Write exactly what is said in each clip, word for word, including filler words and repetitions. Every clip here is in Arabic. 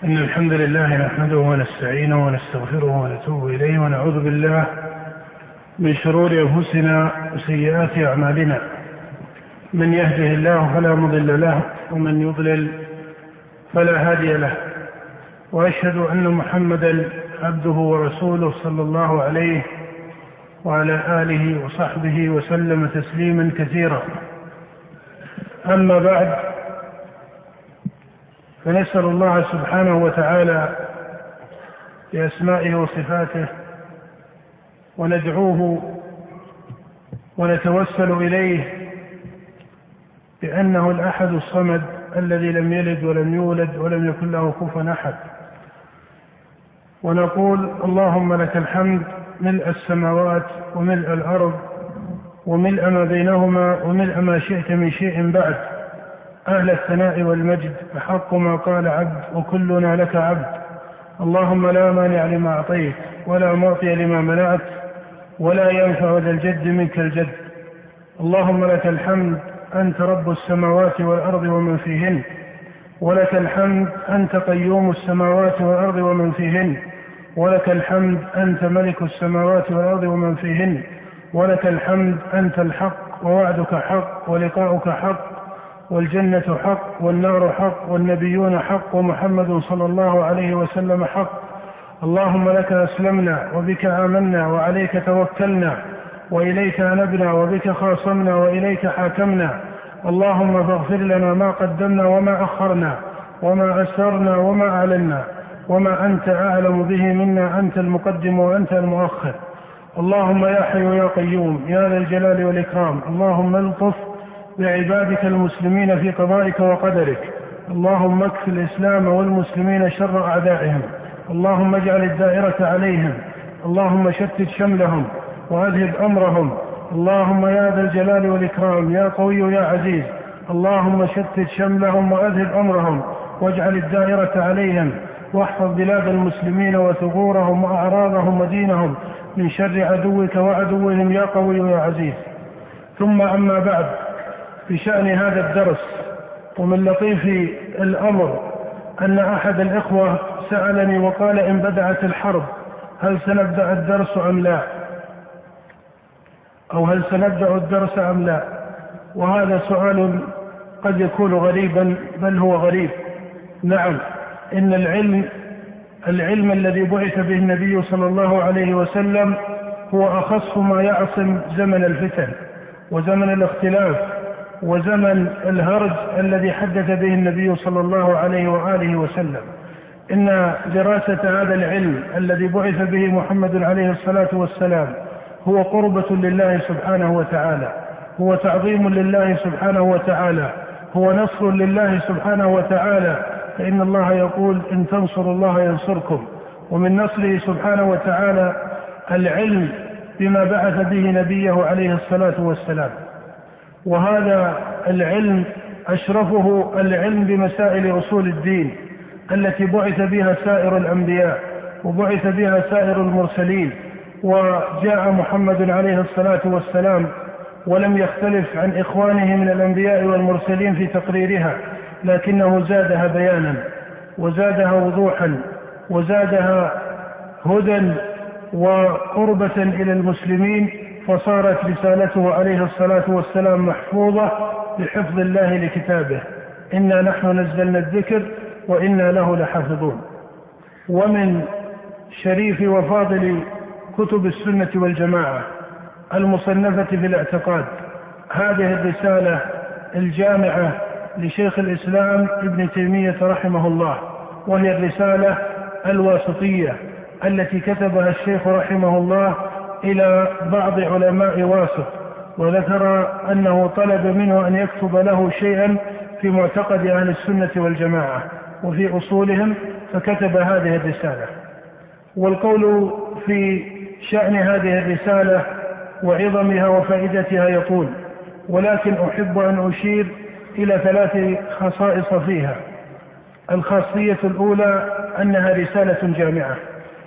إن الحمد لله نحمده ونستعينه ونستغفره ونتوب إليه ونعوذ بالله من شرور أنفسنا وسيئات أعمالنا. من يهده الله فلا مضل له ومن يضلل فلا هادي له، وأشهد أن محمدا عبده ورسوله صلى الله عليه وعلى آله وصحبه وسلم تسليما كثيرا. أما بعد، فنسأل الله سبحانه وتعالى بأسمائه وصفاته وندعوه ونتوسل إليه بأنه الأحد الصمد الذي لم يلد ولم يولد ولم يكن له كفوا أحد، ونقول اللهم لك الحمد ملء السماوات وملء الأرض وملء ما بينهما وملء ما شئت من شيء بعد، أهل الثناء والمجد، أحق ما قال عبد وكلنا لك عبد. اللهم لا مانع لما أعطيت ولا معطي لما منعت ولا ينفع ذا الجد منك الجد. اللهم لك الحمد أنت رب السماوات والأرض ومن فيهن، ولك الحمد أنت قيوم السماوات والأرض ومن فيهن، ولك الحمد أنت ملك السماوات والأرض ومن فيهن، ولك الحمد أنت الحق ووعدك حق ولقاؤك حق والجنة حق والنار حق والنبيون حق ومحمد صلى الله عليه وسلم حق. اللهم لك أسلمنا وبك آمنا وعليك توكلنا وإليك أنبنا وبك خاصمنا وإليك حاكمنا. اللهم فاغفر لنا ما قدمنا وما أخرنا وما أسررنا وما أعلنا وما أنت أعلم به منا، أنت المقدم وأنت المؤخر. اللهم يا حي يا قيوم يا ذا الجلال والإكرام، اللهم الطف بعبادك المسلمين في قضائك وقدرك. اللهم اكف الإسلام والمسلمين شر أعدائهم، اللهم اجعل الدائرة عليهم، اللهم شتت شملهم وأذهب أمرهم. اللهم يا ذا الجلال والإكرام يا قوي يا عزيز، اللهم شتت شملهم وأذهب أمرهم واجعل الدائرة عليهم، واحفظ بلاد المسلمين وثغورهم وأعراضهم ودينهم من شر عدوك وعدوهم يا قوي يا عزيز. ثم أما بعد، في شأن هذا الدرس، ومن لطيف الأمر أن أحد الإخوة سألني وقال إن بدأت الحرب هل سنبدأ الدرس أم لا، أو هل سنبدأ الدرس أم لا؟ وهذا سؤال قد يكون غريبا، بل هو غريب. نعم، إن العلم العلم الذي بعث به النبي صلى الله عليه وسلم هو أخص ما يعصم زمن الفتن وزمن الاختلاف وزمن الهرج الذي حدث به النبي صلى الله عليه وآله وسلم. إن دراسة هذا العلم الذي بعث به محمد عليه الصلاة والسلام هو قربة لله سبحانه وتعالى، هو تعظيم لله سبحانه وتعالى، هو نصر لله سبحانه وتعالى، فإن الله يقول إن تنصروا الله ينصركم. ومن نصره سبحانه وتعالى العلم بما بعث به نبيه عليه الصلاة والسلام، وهذا العلم أشرفه العلم بمسائل أصول الدين التي بعث بها سائر الأنبياء وبعث بها سائر المرسلين، وجاء محمد عليه الصلاة والسلام ولم يختلف عن إخوانه من الأنبياء والمرسلين في تقريرها، لكنه زادها بيانا وزادها وضوحا وزادها هدى وقربة إلى المسلمين، فصارت رسالته عليه الصلاة والسلام محفوظة بحفظ الله لكتابه. إنا نحن نزلنا الذكر وإنا له لحافظون. ومن شريف وفاضل كتب السنة والجماعة المصنفة في الاعتقاد هذه الرسالة الجامعة لشيخ الإسلام ابن تيمية رحمه الله، وهي الرسالة الواسطية التي كتبها الشيخ رحمه الله إلى بعض علماء واسط، وذكر أنه طلب منه أن يكتب له شيئا في معتقد أهل السنة والجماعة وفي أصولهم، فكتب هذه الرسالة. والقول في شأن هذه الرسالة وعظمها وفائدتها يطول، ولكن أحب أن أشير إلى ثلاث خصائص فيها. الخاصية الأولى أنها رسالة جامعة،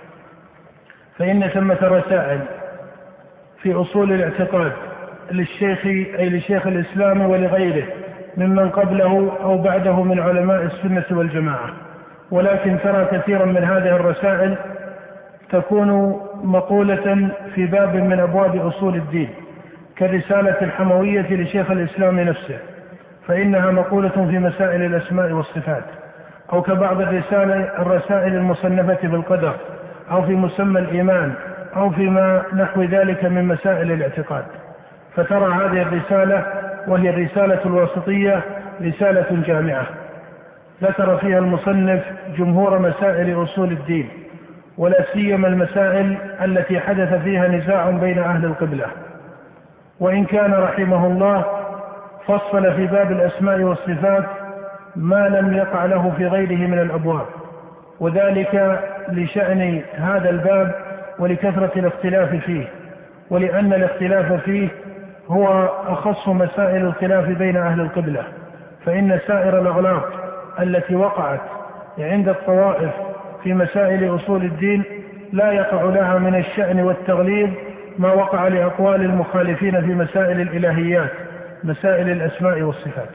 فإن ثمة رسائل في أصول الاعتقاد للشيخ أي لشيخ الإسلام ولغيره ممن قبله أو بعده من علماء السنة والجماعة، ولكن ترى كثيرا من هذه الرسائل تكون مقولة في باب من أبواب أصول الدين، كالرسالة الحموية لشيخ الإسلام نفسه، فإنها مقولة في مسائل الأسماء والصفات، أو كبعض الرسائل المصنفة بالقدر، أو في مسمى الإيمان، أو فيما نحو ذلك من مسائل الاعتقاد. فترى هذه الرسالة وهي الرسالة الواسطية رسالة جامعة ذكر فيها المصنف جمهور مسائل أصول الدين، ولا سيما المسائل التي حدث فيها نزاع بين أهل القبلة، وإن كان رحمه الله فصل في باب الأسماء والصفات ما لم يقع له في غيره من الأبواب، وذلك لشأن هذا الباب ولكثرة الاختلاف فيه، ولأن الاختلاف فيه هو أخص مسائل الخلاف بين أهل القبلة، فإن سائر الأغلاط التي وقعت عند الطوائف في مسائل أصول الدين لا يقع لها من الشأن والتغليظ ما وقع لأقوال المخالفين في مسائل الإلهيات، مسائل الأسماء والصفات.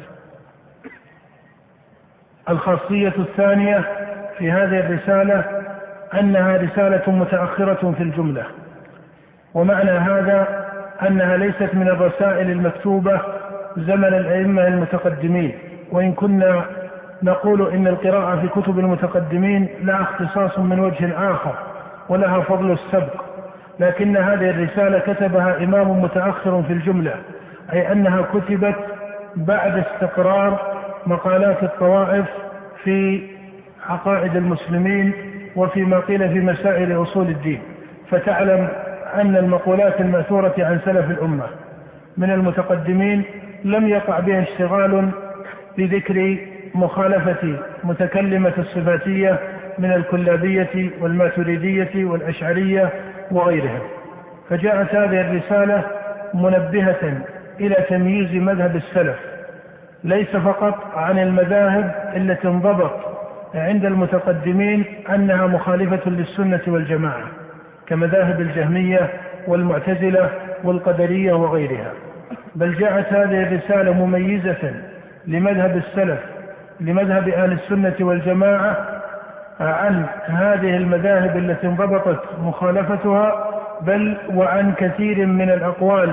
الخاصية الثانية في هذه الرسالة أنها رسالة متأخرة في الجملة، ومعنى هذا أنها ليست من الرسائل المكتوبة زمن الأئمة المتقدمين، وإن كنا نقول إن القراءة في كتب المتقدمين لها اختصاص من وجه آخر ولها فضل السبق، لكن هذه الرسالة كتبها إمام متأخر في الجملة، أي أنها كتبت بعد استقرار مقالات الطوائف في عقائد المسلمين وفيما قيل في مسائل أصول الدين. فتعلم أن المقولات المأثورة عن سلف الأمة من المتقدمين لم يقع بها اشتغال بذكر مخالفة متكلمة الصفاتية من الكلابية والماتريدية والأشعرية وغيرها. فجاءت هذه الرسالة منبهة إلى تمييز مذهب السلف، ليس فقط عن المذاهب التي انضبط عند المتقدمين أنها مخالفة للسنة والجماعة كمذاهب الجهمية والمعتزلة والقدرية وغيرها، بل جاءت هذه الرسالة مميزة لمذهب السلف، لمذهب أهل السنة والجماعة عن هذه المذاهب التي انضبطت مخالفتها، بل وعن كثير من الأقوال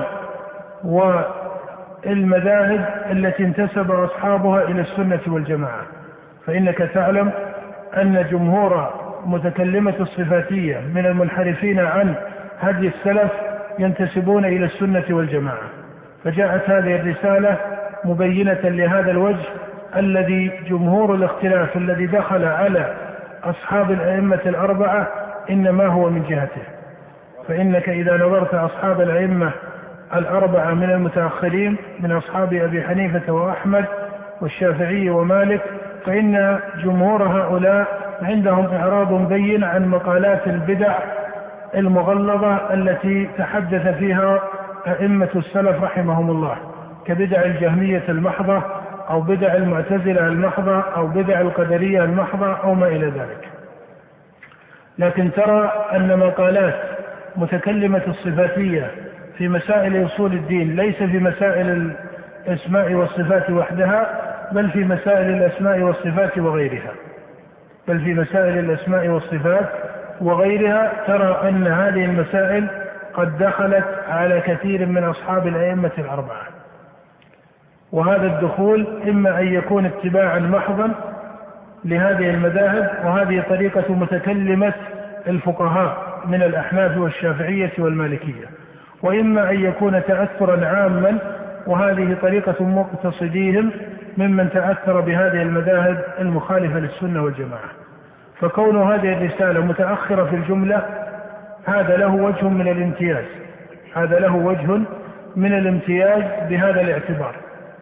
والمذاهب التي انتسب أصحابها إلى السنة والجماعة. فإنك تعلم أن جمهور متكلمة الصفاتية من المنحرفين عن هدي السلف ينتسبون إلى السنة والجماعة، فجاءت هذه الرسالة مبينة لهذا الوجه الذي جمهور الاختلاف الذي دخل على أصحاب الأئمة الأربعة إنما هو من جهته. فإنك إذا نظرت أصحاب الأئمة الأربعة من المتأخرين من أصحاب أبي حنيفة وأحمد والشافعي ومالك، فإن جمهور هؤلاء عندهم إعراض بين عن مقالات البدع المغلظة التي تحدث فيها أئمة السلف رحمهم الله، كبدع الجهمية المحضة أو بدع المعتزلة المحضة أو بدع القدرية المحضة أو ما إلى ذلك. لكن ترى أن مقالات متكلمة الصفاتية في مسائل أصول الدين ليس في مسائل الأسماء والصفات وحدها، بل في مسائل الأسماء والصفات وغيرها بل في مسائل الأسماء والصفات وغيرها ترى أن هذه المسائل قد دخلت على كثير من أصحاب الأئمة الأربعة، وهذا الدخول إما أن يكون اتباعا محضا لهذه المذاهب، وهذه طريقة متكلمة الفقهاء من الأحناف والشافعية والمالكية، وإما أن يكون تأثرا عاما، وهذه طريقة مقتصديهم ممن تأثر بهذه المذاهب المخالفة للسنة والجماعة. فكون هذه الرسالة متأخرة في الجملة هذا له وجه من الامتياز هذا له وجه من الامتياز بهذا الاعتبار.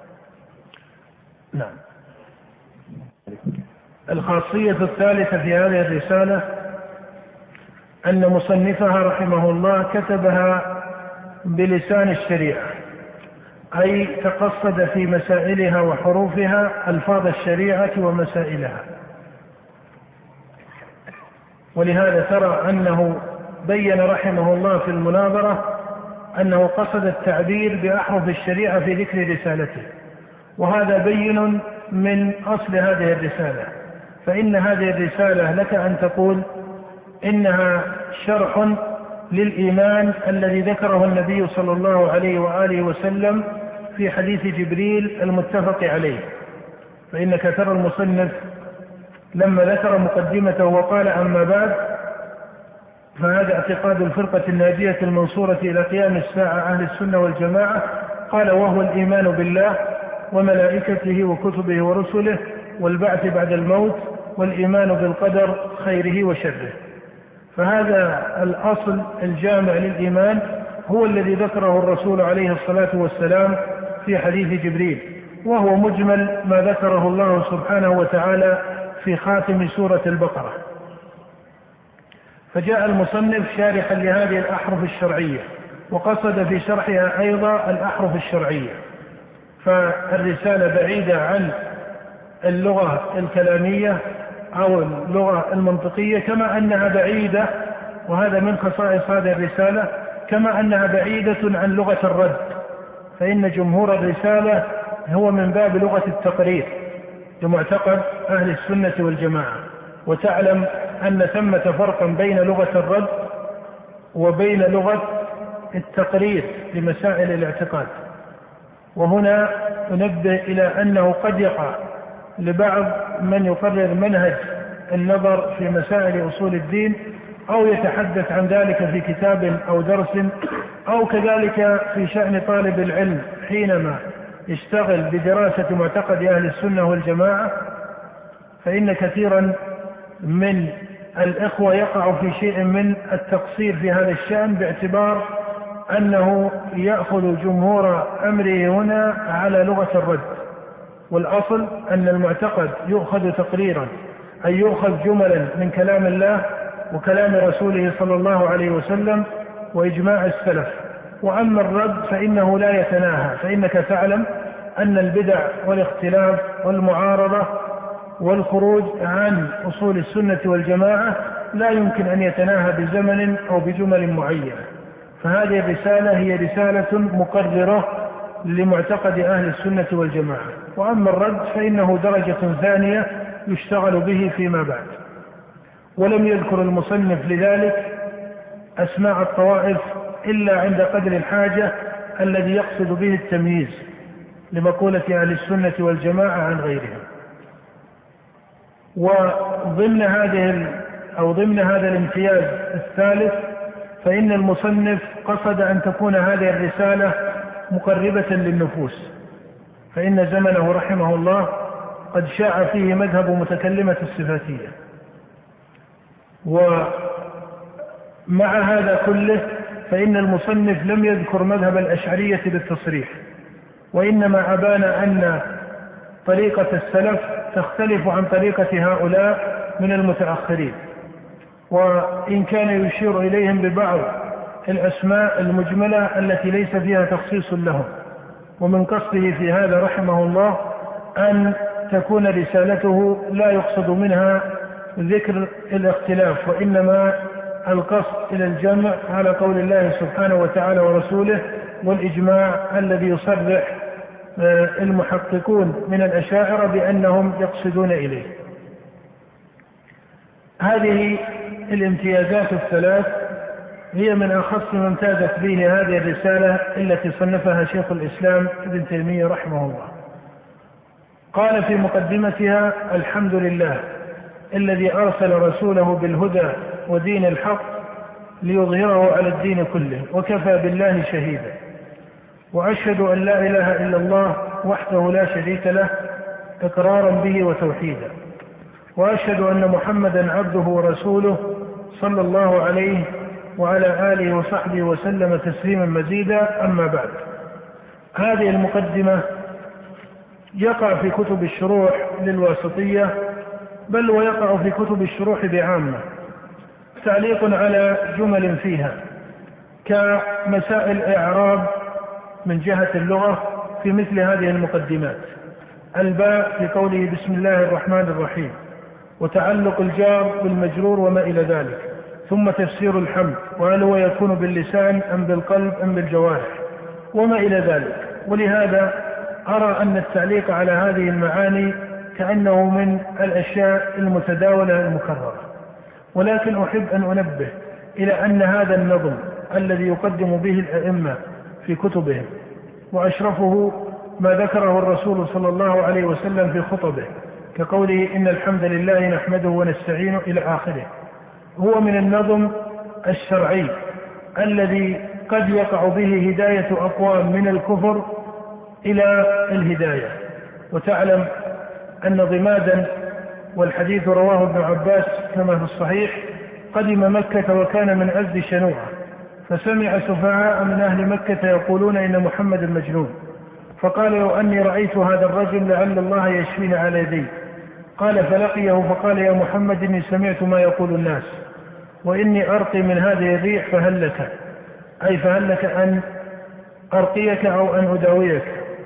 نعم. الخاصية الثالثة في هذه الرسالة أن مصنفها رحمه الله كتبها بلسان الشريعة، أي تقصد في مسائلها وحروفها ألفاظ الشريعة ومسائلها، ولهذا ترى أنه بين رحمه الله في المناظرة أنه قصد التعبير بأحرف الشريعة في ذكر رسالته، وهذا بين من أصل هذه الرسالة، فإن هذه الرسالة لك أن تقول إنها شرح للإيمان الذي ذكره النبي صلى الله عليه وآله وسلم في حديث جبريل المتفق عليه. فإنك ترى المصنف لما ذكر مقدمته وقال أما بعد فهذا اعتقاد الفرقة الناجية المنصورة إلى قيام الساعة أهل السنة والجماعة، قال وهو الإيمان بالله وملائكته وكتبه ورسله والبعث بعد الموت والإيمان بالقدر خيره وشره. فهذا الأصل الجامع للإيمان هو الذي ذكره الرسول عليه الصلاة والسلام في حديث جبريل، وهو مجمل ما ذكره الله سبحانه وتعالى في خاتم سورة البقرة. فجاء المصنف شارحا لهذه الأحرف الشرعية، وقصد في شرحها أيضا الأحرف الشرعية. فالرسالة بعيدة عن اللغة الكلامية أو اللغة المنطقية، كما أنها بعيدة، وهذا من خصائص هذه الرسالة، كما أنها بعيدة عن لغة الرد. فإن جمهور الرسالة هو من باب لغة التقرير لمعتقد أهل السنة والجماعة. وتعلم أن ثمة فرقا بين لغة الرد وبين لغة التقرير لمسائل الاعتقاد. وهنا ننبه إلى أنه قد يقع لبعض من يقرر منهج النظر في مسائل أصول الدين أو يتحدث عن ذلك في كتاب أو درس، أو كذلك في شأن طالب العلم حينما يشتغل بدراسة معتقد أهل السنة والجماعة، فإن كثيرا من الإخوة يقع في شيء من التقصير في هذا الشأن، باعتبار أنه يأخذ جمهور أمره هنا على لغة الرد. والأصل أن المعتقد يؤخذ تقريرا، أي يؤخذ جملا من كلام الله وكلام رسوله صلى الله عليه وسلم وإجماع السلف. وأما الرد فإنه لا يتناهى، فإنك تعلم أن البدع والاختلاف والمعارضة والخروج عن أصول السنة والجماعة لا يمكن أن يتناهى بزمن أو بجمل معينة. فهذه الرسالة هي رسالة مقررة لمعتقد أهل السنة والجماعة. وأما الرد فإنه درجة ثانية يشتغل به فيما بعد. ولم يذكر المصنف لذلك أسماء الطوائف إلا عند قدر الحاجة الذي يقصد به التمييز لمقولة أهل السنة والجماعة عن غيرهم. وضمن هذه أو ضمن هذا الامتياز الثالث، فإن المصنف قصد أن تكون هذه الرسالة مقربة للنفوس، فإن زمنه رحمه الله قد شاع فيه مذهب متكلمة الصفاتية. ومع هذا كله فإن المصنف لم يذكر مذهب الأشعرية بالتصريح، وإنما أبان أن طريقة السلف تختلف عن طريقة هؤلاء من المتأخرين، وإن كان يشير إليهم ببعض الأسماء المجملة التي ليس فيها تخصيص لهم. ومن قصده في هذا رحمه الله أن تكون رسالته لا يقصد منها ذكر الاختلاف، وإنما القصد إلى الجمع على قول الله سبحانه وتعالى ورسوله، والإجماع الذي يصرح المحققون من الأشاعرة بأنهم يقصدون إليه. هذه الامتيازات الثلاث هي من أخص ما امتازت به هذه الرسالة التي صنفها شيخ الإسلام ابن تيمية رحمه الله. قال في مقدمتها: الحمد لله الذي أرسل رسوله بالهدى ودين الحق ليظهره على الدين كله، وكفى بالله شهيدا، وأشهد أن لا إله إلا الله وحده لا شريك له إقرارا به وتوحيدا، وأشهد أن محمدا عبده ورسوله صلى الله عليه وعلى آله وصحبه وسلم تسليما مزيدا. أما بعد، هذه المقدمة يقع في كتب الشروح للواسطية، بل ويقع في كتب الشروح بعامة تعليق على جمل فيها كمسائل إعراب من جهة اللغة في مثل هذه المقدمات: الباء في قوله بسم الله الرحمن الرحيم، وتعلق الجار بالمجرور وما إلى ذلك، ثم تفسير الحمد، وهل هو يكون باللسان أم بالقلب أم بالجوارح وما إلى ذلك. ولهذا أرى أن التعليق على هذه المعاني كأنه من الأشياء المتداولة المكررة. ولكن أحب أن أنبه إلى أن هذا النظم الذي يقدم به الأئمة في كتبهم، وأشرفه ما ذكره الرسول صلى الله عليه وسلم في خطبه كقوله إن الحمد لله نحمده ونستعينه إلى آخره، هو من النظم الشرعي الذي قد يقع به هداية أقوام من الكفر إلى الهداية. وتعلم أن ضمادا، والحديث رواه ابن عباس كما في الصحيح، قدم مكة وكان من أزد شنوعة، فسمع سفهاء من أهل مكة يقولون إن محمد مجنون، فقال لو أني رأيت هذا الرجل لعل الله يشفيني على يدي. قال فلقيه فقال يا محمد إني سمعت ما يقول الناس وإني أرقي من هذه الريح فهل لك، أي فهل لك أن أرقيك أو أن أداويك؟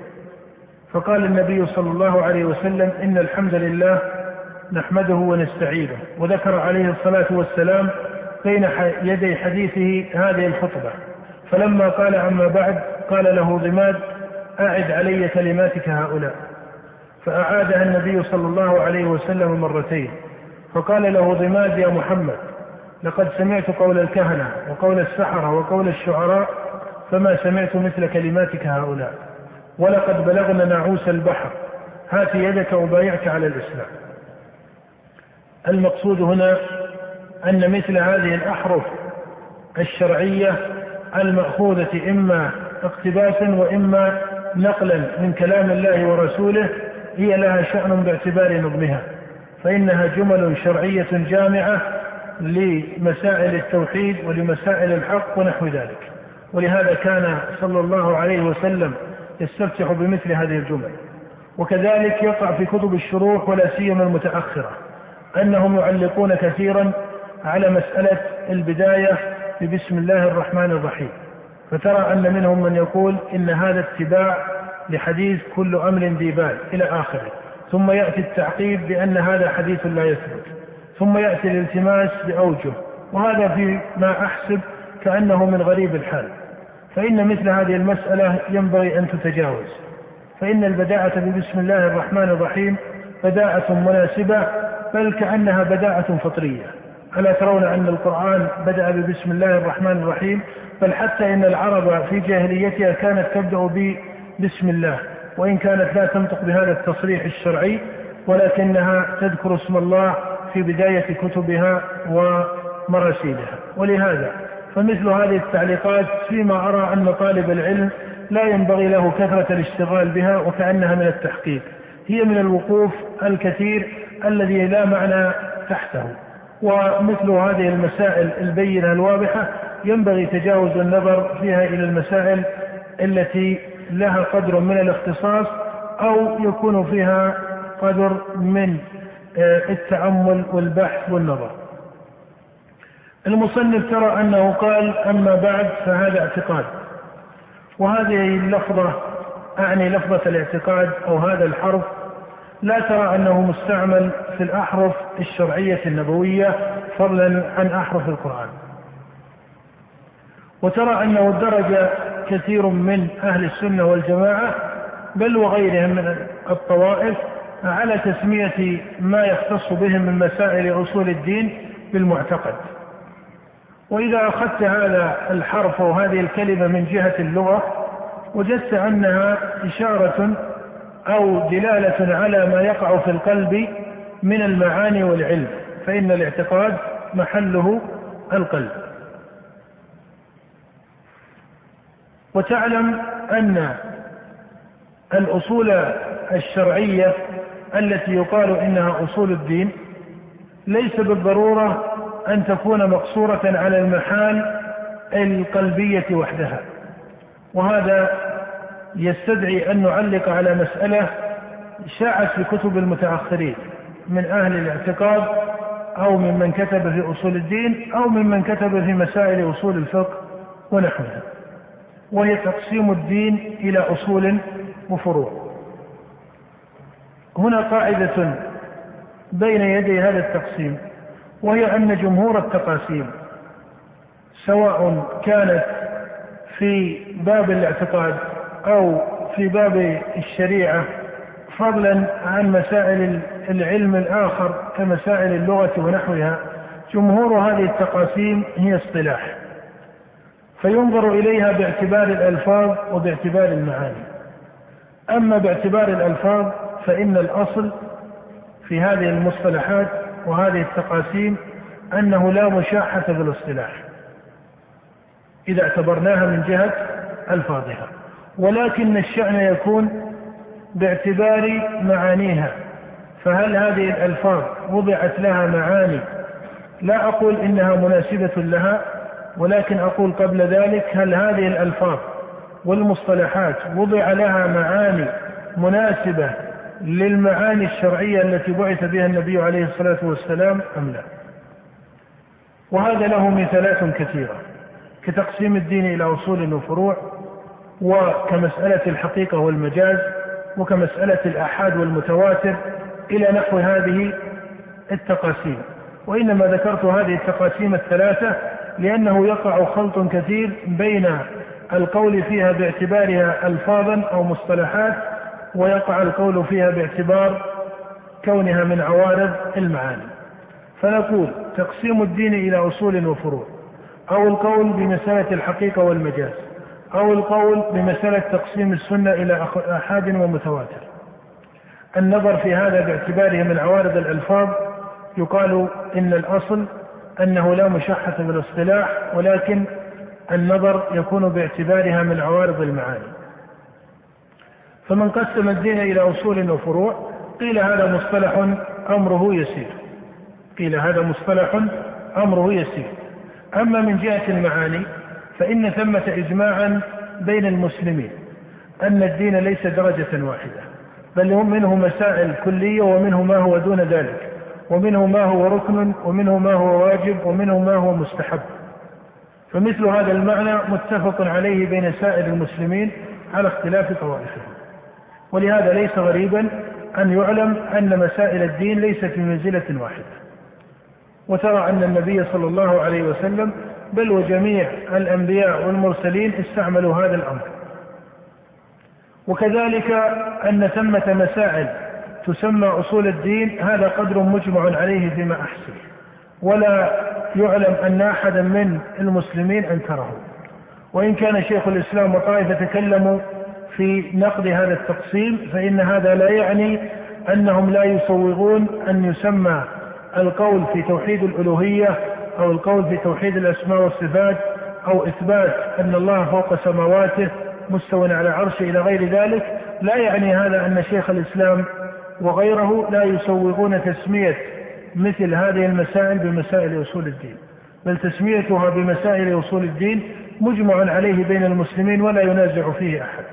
فقال النبي صلى الله عليه وسلم إن الحمد لله نحمده ونستعينه، وذكر عليه الصلاة والسلام بين يدي حديثه هذه الخطبة. فلما قال أما بعد قال له ضماد أعد علي كلماتك هؤلاء، فأعادها النبي صلى الله عليه وسلم مرتين. فقال له ضماد يا محمد لقد سمعت قول الكهنة وقول السحرة وقول الشعراء فما سمعت مثل كلماتك هؤلاء، ولقد بلغنا نعوس البحر، هات يدك وبايعك على الإسلام. المقصود هنا أن مثل هذه الأحرف الشرعية المأخوذة إما اقتباسا وإما نقلا من كلام الله ورسوله هي لها شأن باعتبار نظمها، فإنها جمل شرعية جامعة لمسائل التوحيد ولمسائل الحق ونحو ذلك. ولهذا كان صلى الله عليه وسلم يستفتح بمثل هذه الجمل. وكذلك يقع في كتب الشروح ولا سيما المتأخرة أنهم يعلقون كثيرا على مسألة البداية ببسم الله الرحمن الرحيم، فترى أن منهم من يقول إن هذا اتباع لحديث كل أمر ذي بال إلى آخره، ثم يأتي التعقيب بأن هذا حديث لا يثبت، ثم يأتي الالتماس بأوجه، وهذا فيما أحسب كأنه من غريب الحال. فإن مثل هذه المسألة ينبغي أن تتجاوز، فإن البداءة ببسم الله الرحمن الرحيم بداءة مناسبة، بل كأنها بداءة فطرية. ألا ترون أن القرآن بدأ ببسم الله الرحمن الرحيم؟ بل حتى إن العرب في جاهليتها كانت تبدأ بسم الله، وإن كانت لا تنطق بهذا التصريح الشرعي، ولكنها تذكر اسم الله في بداية كتبها ومراسيلها. ولهذا فمثل هذه التعليقات فيما أرى أن طالب العلم لا ينبغي له كثرة الاشتغال بها، وكأنها من التحقيق، هي من الوقوف الكثير الذي لا معنى تحته. ومثل هذه المسائل البينة الواضحة ينبغي تجاوز النظر فيها إلى المسائل التي لها قدر من الاختصاص أو يكون فيها قدر من التأمل والبحث والنظر. المصنف ترى أنه قال أما بعد فهذا اعتقاد، وهذه اللفظة أعني لفظة الاعتقاد أو هذا الحرف لا ترى أنه مستعمل في الأحرف الشرعية النبوية فضلا عن أحرف القرآن. وترى أنه درج كثير من أهل السنة والجماعة بل وغيرهم من الطوائف على تسمية ما يختص بهم من مسائل أصول الدين بالمعتقد. وإذا أخذت هذا الحرف وهذه الكلمة من جهة اللغة وجدت أنها إشارة أو دلالة على ما يقع في القلب من المعاني والعلم، فإن الاعتقاد محله القلب. وتعلم أن الأصول الشرعية التي يقال إنها أصول الدين ليس بالضرورة أن تكون مقصورة على المحال القلبية وحدها، وهذا يستدعي أن نعلق على مسألة شاعت في كتب المتأخرين من أهل الاعتقاد أو ممن كتب في أصول الدين أو ممن كتب في مسائل أصول الفقه ونحوها، وهي تقسيم الدين إلى أصول وفروع. هنا قاعدة بين يدي هذا التقسيم، وهي أن جمهور التقاسيم سواء كانت في باب الاعتقاد أو في باب الشريعة فضلا عن مسائل العلم الآخر كمسائل اللغة ونحوها، جمهور هذه التقاسيم هي اصطلاح، فينظر إليها باعتبار الألفاظ وباعتبار المعاني. أما باعتبار الألفاظ فإن الأصل في هذه المصطلحات وهذه التقاسيم أنه لا مشاحة في الاصطلاح إذا اعتبرناها من جهة ألفاظها، ولكن الشأن يكون باعتبار معانيها. فهل هذه الألفاظ وضعت لها معاني؟ لا أقول إنها مناسبة لها، ولكن أقول قبل ذلك هل هذه الألفاظ والمصطلحات وضع لها معاني مناسبة للمعاني الشرعية التي بعث بها النبي عليه الصلاة والسلام أم لا؟ وهذا له مثالات كثيرة كتقسيم الدين إلى أصول وفروع، وكمسألة الحقيقة والمجاز، وكمسألة الآحاد والمتواتر، إلى نحو هذه التقاسيم. وإنما ذكرت هذه التقاسيم الثلاثة لأنه يقع خلط كثير بين القول فيها باعتبارها ألفاظا أو مصطلحات، ويقع القول فيها باعتبار كونها من عوارض المعاني. فنقول تقسيم الدين إلى أصول وفروع، أو القول بمسألة الحقيقة والمجاز، أو القول بمسألة تقسيم السنة إلى آحاد ومتواتر. النظر في هذا باعتباره من عوارض الألفاظ يقال إن الأصل أنه لا مشاحة في الاصطلاح، ولكن النظر يكون باعتبارها من عوارض المعاني. فمن قسم الدين إلى أصول وفروع قيل هذا مصطلح أمره يسير، قيل هذا مصطلح أمره يسير. أما من جهة المعاني فإن ثمة إجماعا بين المسلمين أن الدين ليس درجة واحدة، بل هم منه مسائل كلية، ومنه ما هو دون ذلك، ومنه ما هو ركن، ومنه ما هو واجب، ومنه ما هو مستحب. فمثل هذا المعنى متفق عليه بين سائر المسلمين على اختلاف طوائفهم. ولهذا ليس غريبا أن يعلم أن مسائل الدين ليست في منزلة واحدة. وترى أن النبي صلى الله عليه وسلم بل وجميع الأنبياء والمرسلين استعملوا هذا الأمر. وكذلك أن ثمة مسائل تسمى أصول الدين، هذا قدر مجمع عليه فيما أحسن، ولا يعلم أن أحدا من المسلمين أنكره. وإن كان شيخ الإسلام وطائفة تكلموا في نقد هذا التقسيم، فإن هذا لا يعني أنهم لا يصوغون أن يسمى القول في توحيد الألوهية، أو القول في توحيد الأسماء والصفات، أو إثبات أن الله فوق سماواته مستوى على عرشه إلى غير ذلك، لا يعني هذا أن شيخ الإسلام وغيره لا يسوغون تسمية مثل هذه المسائل بمسائل أصول الدين، بل تسميتها بمسائل أصول الدين مجمع عليه بين المسلمين ولا ينازع فيه أحد.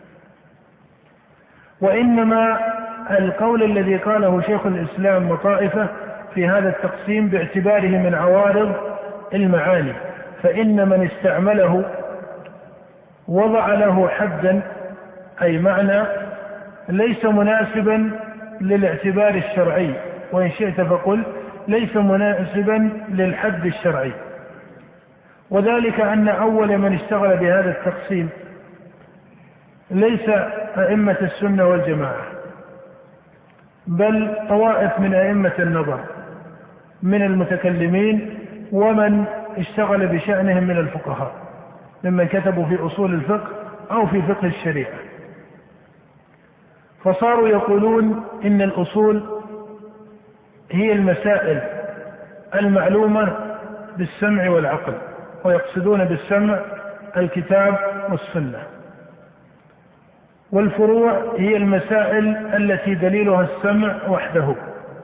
وإنما القول الذي قاله شيخ الإسلام وطائفة في هذا التقسيم باعتباره من عوارض المعاني، فإن من استعمله وضع له حدا، أي معنى ليس مناسبا للاعتبار الشرعي، وإن شئت فقل ليس مناسبا للحد الشرعي. وذلك أن أول من اشتغل بهذا التقسيم ليس أئمة السنة والجماعة، بل طوائف من أئمة النظر من المتكلمين، ومن اشتغل بشأنهم من الفقهاء ممن كتبوا في أصول الفقه أو في فقه الشريعة. فصاروا يقولون إن الأصول هي المسائل المعلومة بالسمع والعقل، ويقصدون بالسمع الكتاب والسنة. والفروع هي المسائل التي دليلها السمع وحده.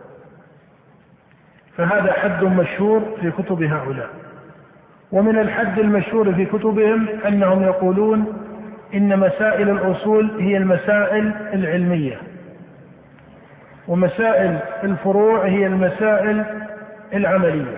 فهذا حد مشهور في كتب هؤلاء. ومن الحد المشهور في كتبهم أنهم يقولون إن مسائل الأصول هي المسائل العلمية، ومسائل الفروع هي المسائل العملية،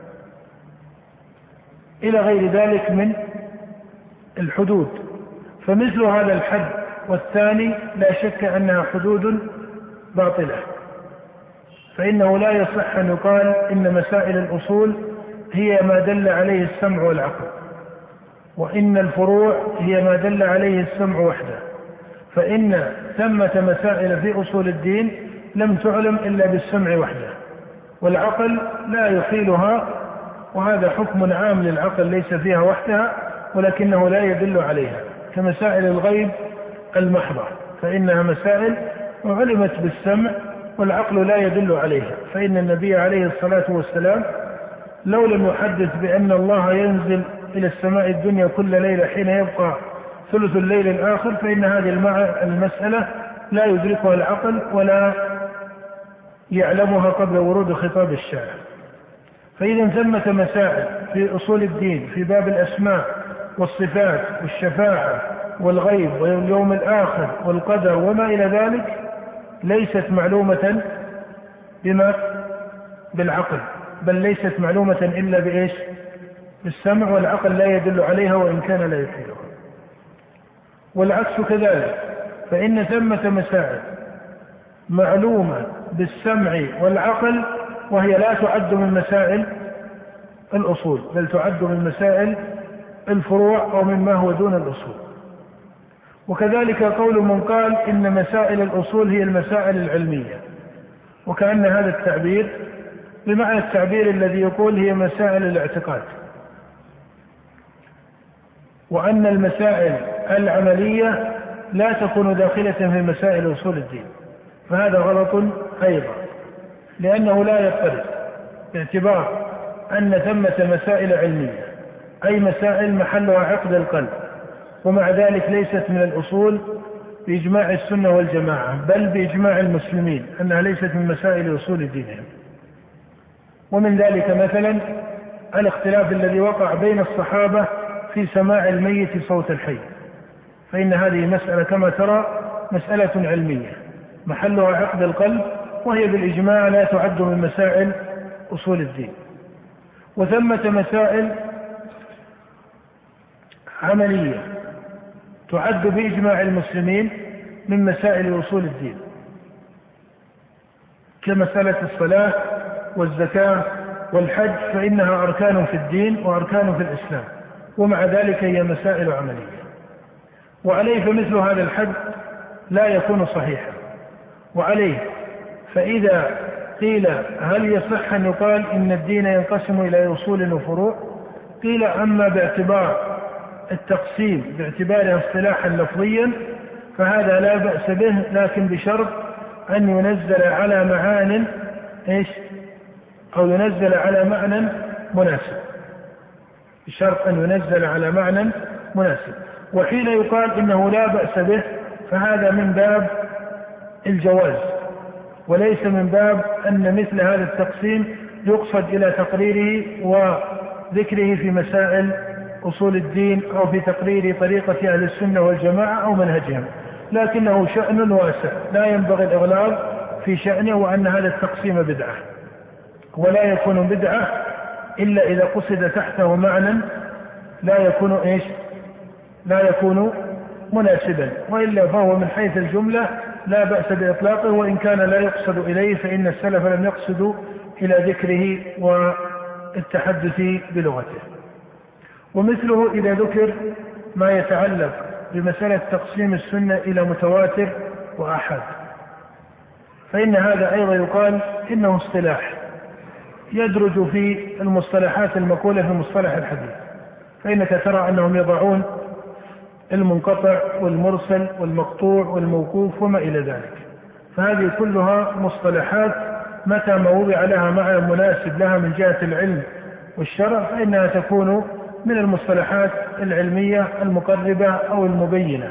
إلى غير ذلك من الحدود. فمثل هذا الحد والثاني لا شك أنها حدود باطلة، فإنه لا يصح أن يقال إن مسائل الأصول هي ما دل عليه السمع والعقل، وإن الفروع هي ما دل عليه السمع وحده. فإن ثمة مسائل في أصول الدين لم تعلم إلا بالسمع وحده، والعقل لا يحيلها، وهذا حكم عام للعقل ليس فيها وحدها ولكنه لا يدل عليها، كمسائل الغيب المحضة فإنها مسائل علمت بالسمع والعقل لا يدل عليها. فإن النبي عليه الصلاة والسلام لو لم يحدث بأن الله ينزل إلى السماء الدنيا كل ليلة حين يبقى ثلث الليل الآخر فإن هذه المسألة لا يدركها العقل ولا يعلمها قبل ورود خطاب الشارع. فإذا ثمة مسائل في أصول الدين في باب الأسماء والصفات والشفاعة والغيب واليوم الآخر والقدر وما إلى ذلك ليست معلومة بما بالعقل، بل ليست معلومة إلا بإيش؟ بالسمع، والعقل لا يدل عليها وإن كان لا يفيدها. والعكس كذلك، فإن ثمة مسائل معلومة بالسمع والعقل وهي لا تعد من مسائل الأصول، بل تعد من مسائل الفروع أو مما هو دون الأصول. وكذلك قول من قال إن مسائل الأصول هي المسائل العلمية، وكأن هذا التعبير بمعنى التعبير الذي يقول هي مسائل الاعتقاد، وأن المسائل العملية لا تكون داخلة في مسائل أصول الدين، فهذا غلط أيضا، لأنه لا يضطرد باعتبار أن ثمة مسائل علمية أي مسائل محلها عقد القلب، ومع ذلك ليست من الأصول بإجماع السنة والجماعة، بل بإجماع المسلمين أنها ليست من مسائل أصول دينهم. ومن ذلك مثلا الاختلاف الذي وقع بين الصحابة في سماع الميت صوت الحي، فإن هذه مسألة كما ترى مسألة علمية محلها عقد القلب، وهي بالإجماع لا تعد من مسائل أصول الدين. وثمة مسائل عملية تعد بإجماع المسلمين من مسائل أصول الدين، كمسألة الصلاة والزكاة والحج، فإنها أركان في الدين وأركان في الإسلام، ومع ذلك هي مسائل عملية. وعليه فمثل هذا الحد لا يكون صحيحا. وعليه فإذا قيل هل يصح أن يقال إن الدين ينقسم إلى أصول وفروع، قيل أما باعتبار التقسيم باعتباره اصطلاحا لفظيا فهذا لا بأس به، لكن بشرط أن ينزل على معان إيش؟ أو ينزل على معنى مناسب، بشرط أن ينزل على معنى مناسب. وحين يقال إنه لا بأس به فهذا من باب الجواز، وليس من باب أن مثل هذا التقسيم يقصد إلى تقريره وذكره في مسائل أصول الدين أو في تقرير طريقة أهل السنة والجماعة أو منهجهم، لكنه شأن واسع لا ينبغي الإغلاظ في شأنه، وأن هذا التقسيم بدعة، ولا يكون بدعة إلا إذا قصد تحته معنى لا يكون إيش؟ لا يكون مناسبا، وإلا فهو من حيث الجملة لا بأس بإطلاقه، وإن كان لا يقصد إليه فإن السلف لم يقصدوا إلى ذكره والتحدث بلغته. ومثله إذا ذكر ما يتعلق بمسألة تقسيم السنة إلى متواتر وآحاد، فإن هذا أيضا يقال إنه اصطلاح يدرج في المصطلحات المقولة في مصطلح الحديث، فإنك ترى أنهم يضعون المنقطع والمرسل والمقطوع والموقوف وما إلى ذلك، فهذه كلها مصطلحات متى ما وضع لها معنى مناسب لها من جهة العلم والشرع فإنها تكون من المصطلحات العلمية المقربة أو المبينة.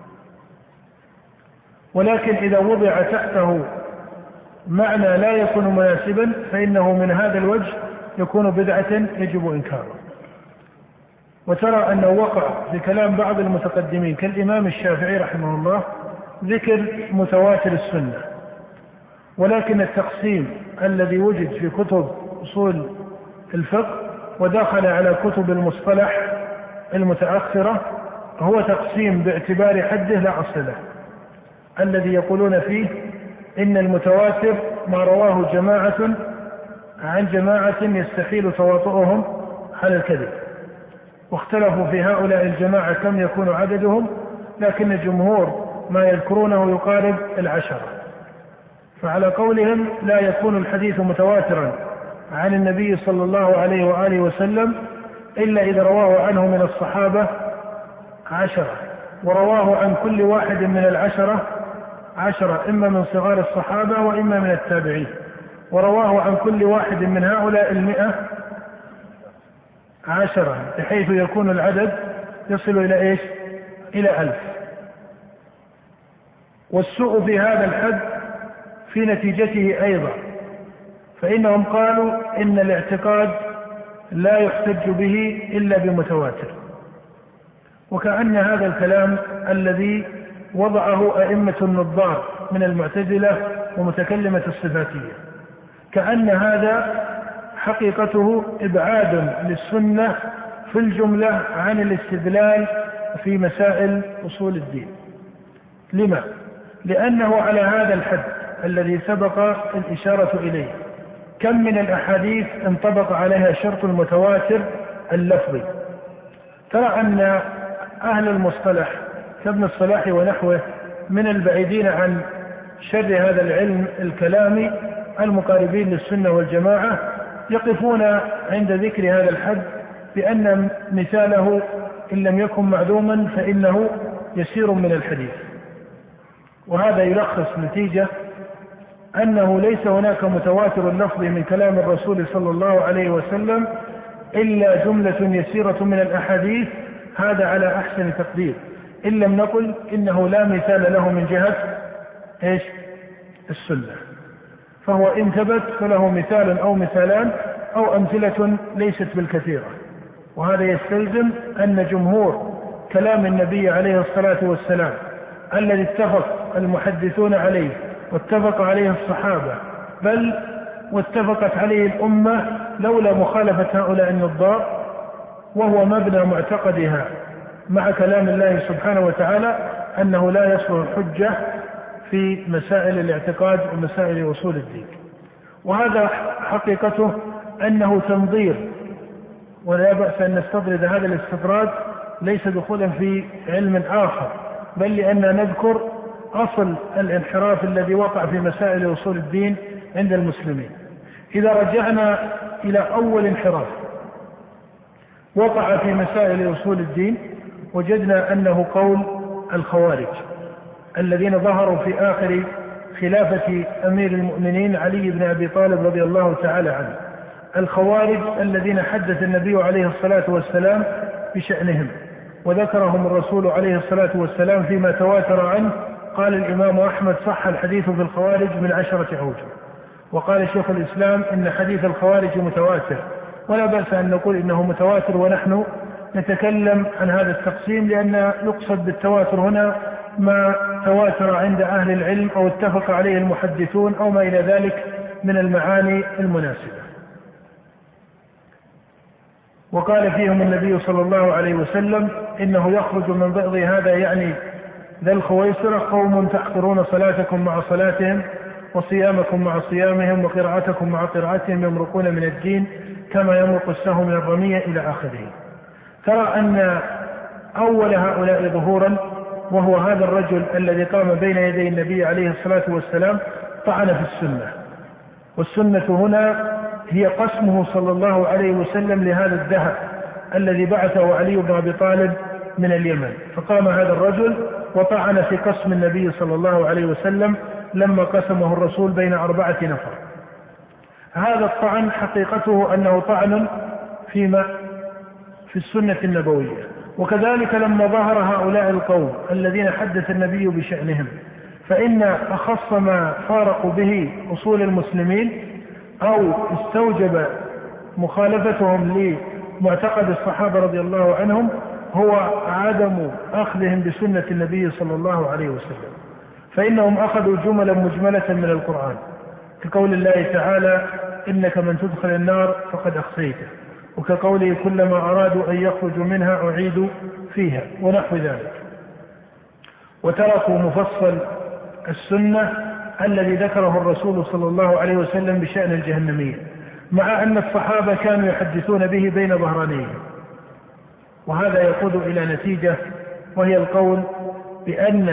ولكن إذا وضع تحته معنى لا يكون مناسبا فإنه من هذا الوجه يكون بدعة يجب إنكاره. وترى أنه وقع في كلام بعض المتقدمين كالإمام الشافعي رحمه الله ذكر متواتر السنة، ولكن التقسيم الذي وجد في كتب أصول الفقه ودخل على كتب المصطلح المتأخرة هو تقسيم باعتبار حده لا أصل له، الذي يقولون فيه إن المتواتر ما رواه جماعة عن جماعة يستحيل تواطؤهم على الكذب، واختلفوا في هؤلاء الجماعة كم يكون عددهم، لكن جمهور ما يذكرونه يقارب العشرة. فعلى قولهم لا يكون الحديث متواترا عن النبي صلى الله عليه وآله وسلم إلا إذا رواه عنه من الصحابة عشرة، ورواه عن كل واحد من العشرة عشرة، إما من صغار الصحابة وإما من التابعين، ورواه عن كل واحد من هؤلاء المئة عشرة، بحيث يكون العدد يصل إلى إيش؟ إلى ألف. والسوء في هذا الحد في نتيجته أيضا، فإنهم قالوا إن الاعتقاد لا يحتج به إلا بمتواتر، وكأن هذا الكلام الذي وضعه أئمة النظار من المعتزلة ومتكلمة الصفاتية، كأن هذا حقيقته إبعاد للسنة في الجملة عن الاستدلال في مسائل أصول الدين. لما؟ لأنه على هذا الحد الذي سبق الإشارة إليه كم من الأحاديث انطبق عليها شرط المتواتر اللفظي. ترى أن أهل المصطلح كابن الصلاح ونحوه من البعيدين عن شر هذا العلم الكلامي المقاربين للسنة والجماعة يقفون عند ذكر هذا الحد بأن مثاله إن لم يكن معدوما فإنه يسير من الحديث. وهذا يلخص نتيجة أنه ليس هناك متواتر لفظي من كلام الرسول صلى الله عليه وسلم إلا جملة يسيرة من الأحاديث، هذا على أحسن تقدير، إن لم نقل إنه لا مثال له من جهة إيش؟ السنة. فهو إن ثبت فله مثال أو مثالان أو أمثلة ليست بالكثيرة. وهذا يستلزم أن جمهور كلام النبي عليه الصلاة والسلام الذي اتفق المحدثون عليه واتفق عليه الصحابة بل واتفقت عليه الأمة لولا مخالفة هؤلاء النظار، وهو مبنى معتقدها مع كلام الله سبحانه وتعالى أنه لا يصلح الحجة في مسائل الاعتقاد ومسائل أصول الدين. وهذا حقيقته أنه تنظير، ولا بأس أن نستطرد هذا الاستطراد ليس دخولا في علم آخر، بل لأننا نذكر أصل الانحراف الذي وقع في مسائل أصول الدين عند المسلمين. إذا رجعنا إلى أول انحراف وقع في مسائل أصول الدين وجدنا أنه قول الخوارج الذين ظهروا في آخر خلافة أمير المؤمنين علي بن أبي طالب رضي الله تعالى عنه. الخوارج الذين حدث النبي عليه الصلاة والسلام بشأنهم وذكرهم الرسول عليه الصلاة والسلام فيما تواتر عنه. قال الإمام أحمد صح الحديث في الخوارج من عشرة أوجه، وقال شيخ الإسلام إن حديث الخوارج متواتر، ولا بأس أن نقول إنه متواتر ونحن نتكلم عن هذا التقسيم، لأن يقصد بالتواتر هنا ما تواتر عند أهل العلم أو اتفق عليه المحدثون أو ما إلى ذلك من المعاني المناسبة. وقال فيهم النبي صلى الله عليه وسلم إنه يخرج من بغض هذا يعني ذا الخويصرة قوم تحقرون صلاتكم مع صلاتهم وصيامكم مع صيامهم وقراءتكم مع قراءتهم يمرقون من الدين كما يمرق السهم من الرمية إلى آخره. ترى أن أول هؤلاء ظهورا وهو هذا الرجل الذي قام بين يدي النبي عليه الصلاة والسلام طعن في السنة، والسنة هنا هي قسمه صلى الله عليه وسلم لهذا الذهب الذي بعثه علي بن أبي طالب من اليمن. فقام هذا الرجل وطعن في قسم النبي صلى الله عليه وسلم لما قسمه الرسول بين أربعة نفر. هذا الطعن حقيقته أنه طعن فيما في السنة النبوية. وكذلك لما ظهر هؤلاء القوم الذين حدث النبي بشأنهم، فإن أخص ما فارقوا به أصول المسلمين أو استوجب مخالفتهم لمعتقد الصحابة رضي الله عنهم هو عدم أخذهم بسنة النبي صلى الله عليه وسلم. فإنهم أخذوا جملا مجملة من القرآن كقول الله تعالى إنك من تدخل النار فقد أخزيته، وكقوله كلما أرادوا أن يخرجوا منها أعيدوا فيها ونحو ذلك. وتركوا مفصل السنة الذي ذكره الرسول صلى الله عليه وسلم بشأن الجهنمية، مع أن الصحابة كانوا يحدثون به بين ظهرانيهم. وهذا يقود إلى نتيجة، وهي القول بأن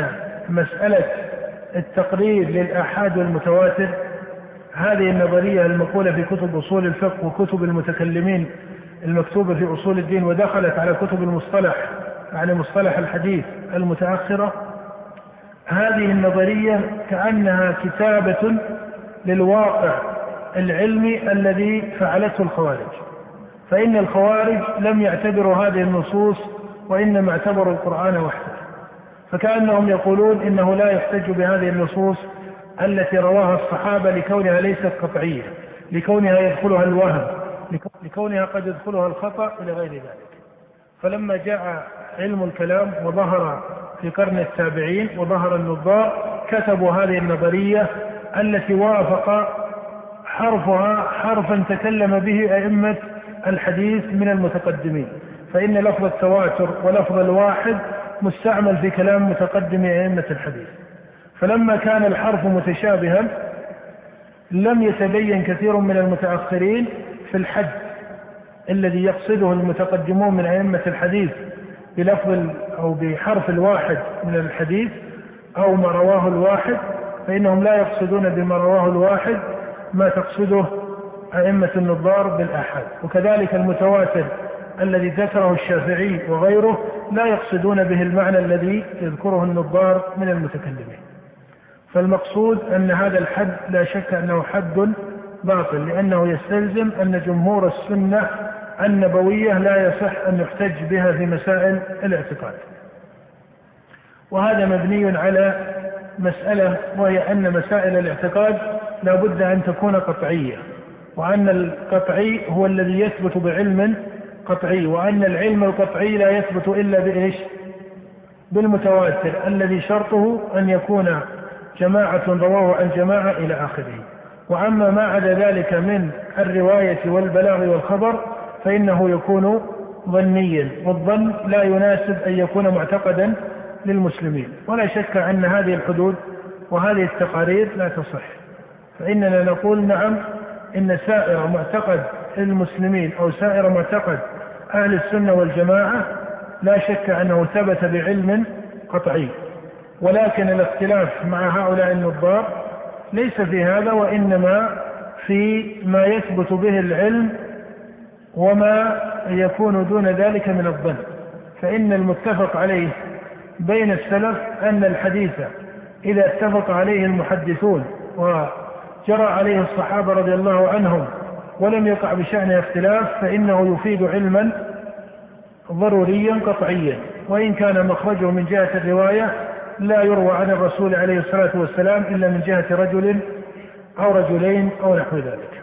مسألة التقرير للآحاد والمتواتر، هذه النظرية المقولة في كتب أصول الفقه وكتب المتكلمين المكتوبة في أصول الدين، ودخلت على كتب المصطلح يعني مصطلح الحديث المتأخرة، هذه النظرية كأنها كتابة للواقع العلمي الذي فعلته الخوارج. فإن الخوارج لم يعتبروا هذه النصوص وإنما اعتبروا القرآن وحده، فكأنهم يقولون إنه لا يحتج بهذه النصوص التي رواها الصحابة لكونها ليست قطعية، لكونها يدخلها الوهم، لكونها قد يدخلها الخطأ إلى غير ذلك. فلما جاء علم الكلام وظهر في قرن التابعين وظهر النظار، كتبوا هذه النظرية التي وافق حرفها حرفا تكلم به أئمة الحديث من المتقدمين، فإن لفظ التواتر ولفظ الواحد مستعمل في كلام متقدم أئمة الحديث. فلما كان الحرف متشابها لم يتبين كثير من المتأخرين في الحد الذي يقصده المتقدمون من أئمة الحديث بلفظ أو بحرف الواحد من الحديث أو ما رواه الواحد، فإنهم لا يقصدون بما رواه الواحد ما تقصده أئمة النظار بالآحاد. وكذلك المتواتر الذي ذكره الشافعي وغيره لا يقصدون به المعنى الذي يذكره النظار من المتكلمين. فالمقصود أن هذا الحد لا شك أنه حد باطل، لأنه يستلزم أن جمهور السنة النبوية لا يصح أن يحتج بها في مسائل الاعتقاد. وهذا مبني على مسألة، وهي أن مسائل الاعتقاد لا بد أن تكون قطعية، وأن القطعي هو الذي يثبت بعلم قطعي، وأن العلم القطعي لا يثبت إلا بإيش؟ بالمتواتر الذي شرطه أن يكون جماعة رواه عن جماعة إلى آخره. وأما ما عدا ذلك من الرواية والبلاغ والخبر فإنه يكون ظنيا، والظن لا يناسب أن يكون معتقدا للمسلمين. ولا شك أن هذه الحدود وهذه التقارير لا تصح، فإننا نقول نعم إن سائر معتقد المسلمين أو سائر معتقد أهل السنة والجماعة لا شك أنه ثبت بعلم قطعي، ولكن الاختلاف مع هؤلاء النظار ليس في هذا، وإنما في ما يثبت به العلم وما يكون دون ذلك من الظن. فإن المتفق عليه بين السلف أن الحديث إذا اتفق عليه المحدثون وجرى عليه الصحابة رضي الله عنهم ولم يقع بشأنه اختلاف فإنه يفيد علما ضروريا قطعيا، وإن كان مخرجه من جهة الرواية لا يروى عن الرسول عليه الصلاة والسلام إلا من جهة رجل أو رجلين أو نحو ذلك.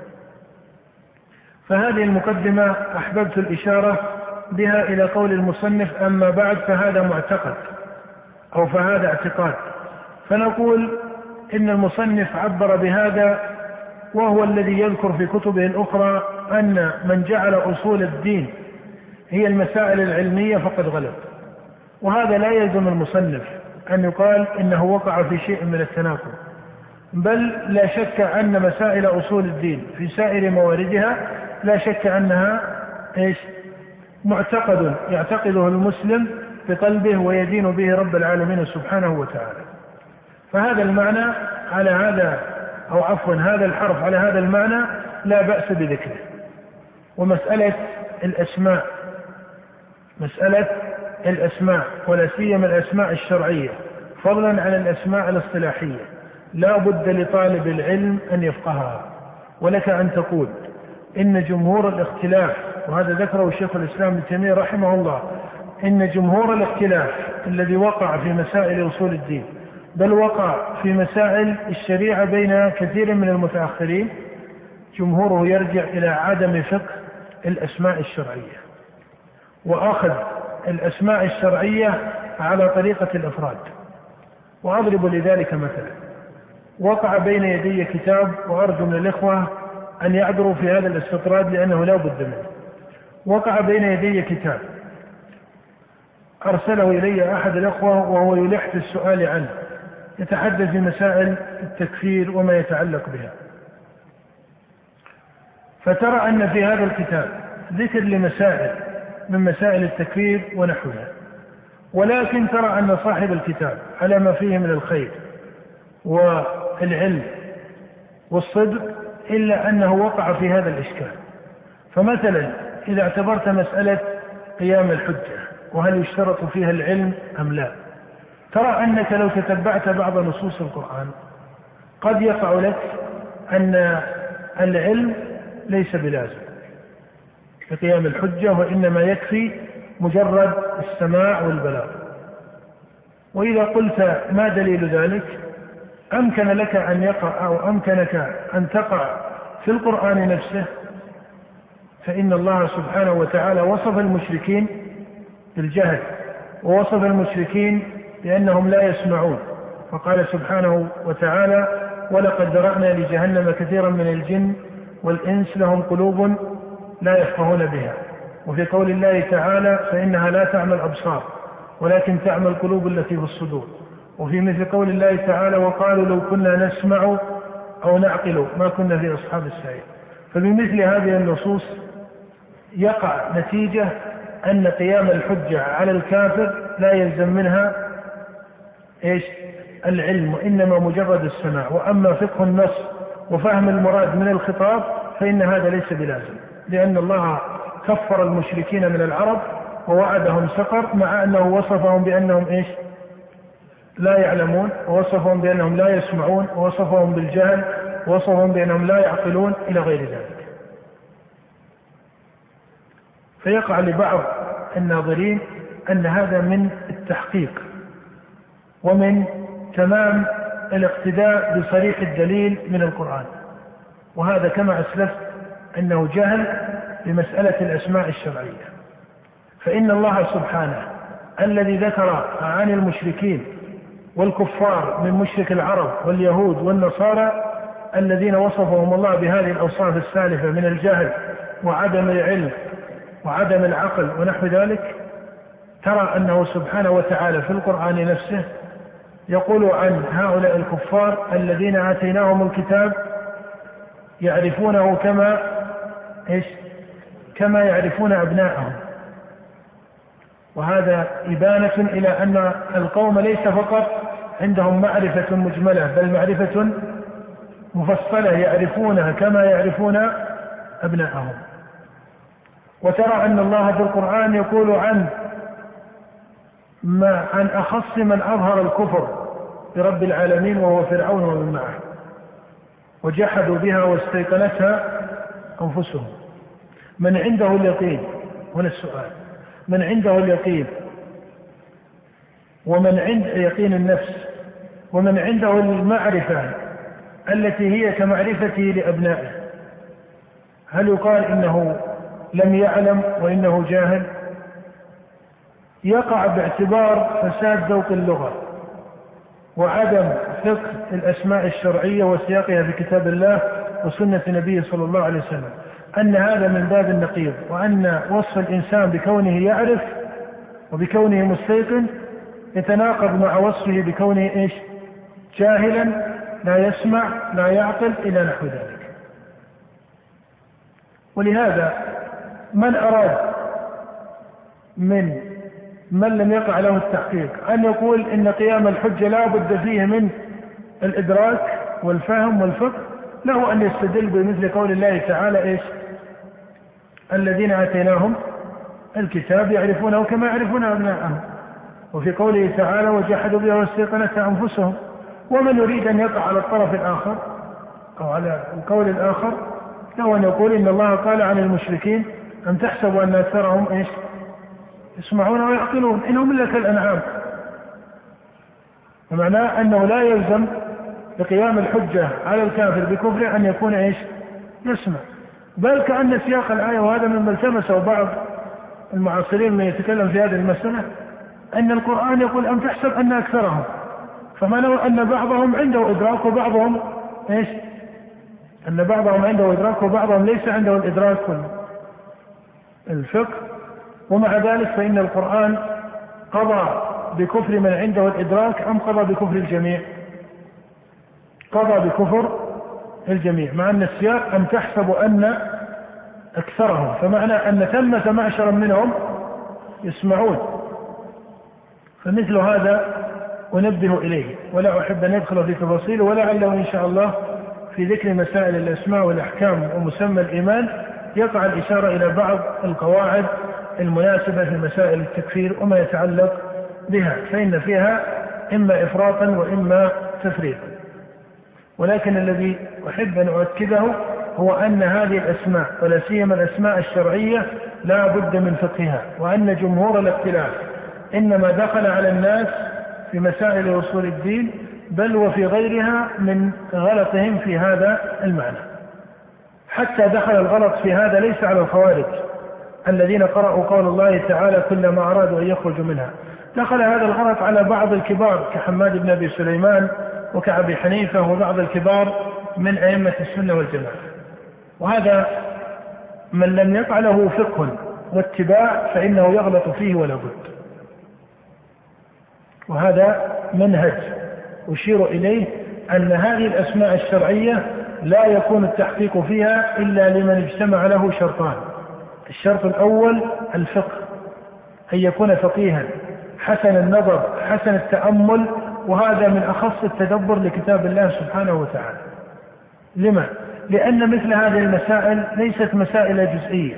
فهذه المقدمة أحببت الإشارة بها إلى قول المصنف: أما بعد فهذا معتقد أو فهذا اعتقاد. فنقول إن المصنف عبر بهذا، وهو الذي يذكر في كتبه الأخرى أن من جعل أصول الدين هي المسائل العلمية فقد غلط. وهذا لا يلزم المصنف أن يقال إنه وقع في شيء من التناقض، بل لا شك أن مسائل أصول الدين في سائر مواردها لا شك أنها إيش؟ معتقد يعتقده المسلم بقلبه ويدين به رب العالمين سبحانه وتعالى. فهذا المعنى على هذا أو عفوا هذا الحرف على هذا المعنى لا بأس بذكره. ومسألة الأسماء مسألة الأسماء ولا سيما الأسماء الشرعية فضلا عن الأسماء الاصطلاحية لا بد لطالب العلم أن يفقهها. ولك أن تقول إن جمهور الاختلاف، وهذا ذكره الشيخ الإسلام ابن تيمية رحمه الله، إن جمهور الاختلاف الذي وقع في مسائل أصول الدين بل وقع في مسائل الشريعة بين كثير من المتأخرين جمهوره يرجع إلى عدم فقه الأسماء الشرعية وأخذ الأسماء الشرعية على طريقة الإفراد. وأضرب لذلك مثلا: وقع بين يدي كتاب، وأرجو من الإخوة أن يعذروا في هذا الاستطراد لأنه لا بد منه. وقع بين يدي كتاب أرسله إلي أحد الأخوة وهو يلح في السؤال عنه، يتحدث في مسائل التكفير وما يتعلق بها. فترى أن في هذا الكتاب ذكر لمسائل من مسائل التكفير ونحوها، ولكن ترى أن صاحب الكتاب على ما فيه من الخير والعلم والصدق، إلا أنه وقع في هذا الإشكال. فمثلا إذا اعتبرت مسألة قيام الحجة وهل يشترط فيها العلم أم لا، ترى أنك لو تتبعت بعض نصوص القرآن قد يقع لك أن العلم ليس بلازم في قيام الحجة، وإنما يكفي مجرد السماع والبلاغ. وإذا قلت ما دليل ذلك، أمكن لك أن يقع أو أمكنك أن تقع في القرآن نفسه، فإن الله سبحانه وتعالى وصف المشركين بالجهل، ووصف المشركين بأنهم لا يسمعون، فقال سبحانه وتعالى: ولقد ذرأنا لجهنم كثيرا من الجن والإنس لهم قلوب لا يفقهون بها. وفي قول الله تعالى: فإنها لا تعمى الأبصار ولكن تعمى القلوب التي في الصدور. وفي مثل قول الله تعالى: وقالوا لو كنا نسمع أو نعقل ما كنا في أصحاب السعير. فبمثل هذه النصوص يقع نتيجة أن قيام الحجة على الكافر لا يلزم منها إيش؟ العلم، وإنما مجرد السماع. وأما فقه النص وفهم المراد من الخطاب فإن هذا ليس بلازم، لأن الله كفر المشركين من العرب ووعدهم سقر، مع أنه وصفهم بأنهم إيش؟ لا يعلمون، ووصفهم بأنهم لا يسمعون، ووصفهم بالجهل، ووصفهم بأنهم لا يعقلون إلى غير ذلك. فيقع لبعض الناظرين أن هذا من التحقيق ومن تمام الاقتداء بصريح الدليل من القرآن، وهذا كما أسلفت أنه جهل بمسألة الأسماء الشرعية. فإن الله سبحانه الذي ذكر عن المشركين والكفار من مشرك العرب واليهود والنصارى الذين وصفهم الله بهذه الأوصاف السالفة من الجهل وعدم العلم وعدم العقل ونحو ذلك، ترى أنه سبحانه وتعالى في القرآن نفسه يقول عن هؤلاء الكفار الذين آتيناهم الكتاب يعرفونه كما إيش؟ كما يعرفون أبناءهم. وهذا إبانة إلى أن القوم ليس فقط عندهم معرفة مجملة، بل معرفة مفصلة يعرفونها كما يعرفون أبناءهم. وترى أن الله في القرآن يقول عن ما عن أخص من أظهر الكفر برب العالمين وهو فرعون ومن معه، وجحدوا بها واستيقنتها أنفسهم. من عنده اليقين، هنا السؤال، من عنده اليقين ومن عند يقين النفس ومن عنده المعرفة التي هي كمعرفته لأبنائه، هل يقال إنه لم يعلم وإنه جاهل؟ يقع باعتبار فساد ذوق اللغة وعدم فقه الأسماء الشرعية وسياقها في كتاب الله وسنة النبي صلى الله عليه وسلم، أن هذا من باب النقيض، وأن وصف الإنسان بكونه يعرف وبكونه مستيقن يتناقض مع وصفه بكونه إيش؟ جاهلا لا يسمع لا يعقل إلى نحو ذلك. ولهذا من أراد من من لم يقع له التحقيق أن يقول إن قيام الحجة لا بد فيه من الإدراك والفهم والفقه، له أن يستدل بمثل قول الله تعالى إيش؟ الذين آتيناهم الكتاب يعرفونه كما يعرفون أبناءهم، وفي قوله تعالى وجحدوا بها واستيقنتها أنفسهم. ومن يريد أن يقع على الطرف الآخر أو على القول الآخر له أن يقول إن الله قال عن المشركين أم تحسبوا أن أكثرهم إيش؟ يسمعون ويعقلون إنهم إلا كالأنعام، ومعناه أنه لا يلزم بقيام الحجة على الكافر بكفره أن يكون إيش؟ يسمع. بل كأن سياق الآية، وهذا مما التمسه بعض المعاصرين من يتكلم في هذه المسألة، أن القرآن يقول أم تحسب أن أكثرهم، فمعناه أن بعضهم عنده إدراك وبعضهم إيش؟ أن بعضهم عنده إدراك وبعضهم ليس عنده الإدراك والفقه. ومع ذلك فإن القرآن قضى بكفر من عنده الإدراك أم قضى بكفر الجميع؟ قضى بكفر الجميع، مع أن السياق أم تحسب أن أكثرهم، فمعنى أن ثمة معشرا منهم يسمعون. فمثل هذا أنبه إليه ولا أحب أن يدخل في تفاصيله، ولعله إن شاء الله في ذكر مسائل الأسماء والأحكام ومسمى الإيمان يقع الإشارة إلى بعض القواعد المناسبة في مسائل التكفير وما يتعلق بها، فإن فيها إما إفراطا وإما تفريطا. ولكن الذي أحب أن أؤكده هو أن هذه الأسماء ولا سيما الأسماء الشرعية لا بد من فقهها، وأن جمهور الاختلاف إنما دخل على الناس في مسائل أصول الدين بل وفي غيرها من غلطهم في هذا المعنى. حتى دخل الغلط في هذا ليس على الخوارج الذين قرأوا قول الله تعالى كلما أرادوا أن يخرجوا منها، دخل هذا الغلط على بعض الكبار كحماد بن أبي سليمان وكأبي حنيفة وبعض الكبار من أئمة السنة والجماعة. وهذا من لم يقع له فقه واتباع فإنه يغلط فيه ولا بد. وهذا منهج أشير إليه أن هذه الأسماء الشرعية لا يكون التحقيق فيها إلا لمن اجتمع له شرطان. الشرط الأول الفقه، أن يكون فقيها حسن النظر حسن التأمل، وهذا من أخص التدبر لكتاب الله سبحانه وتعالى. لما؟ لأن مثل هذه المسائل ليست مسائل جزئية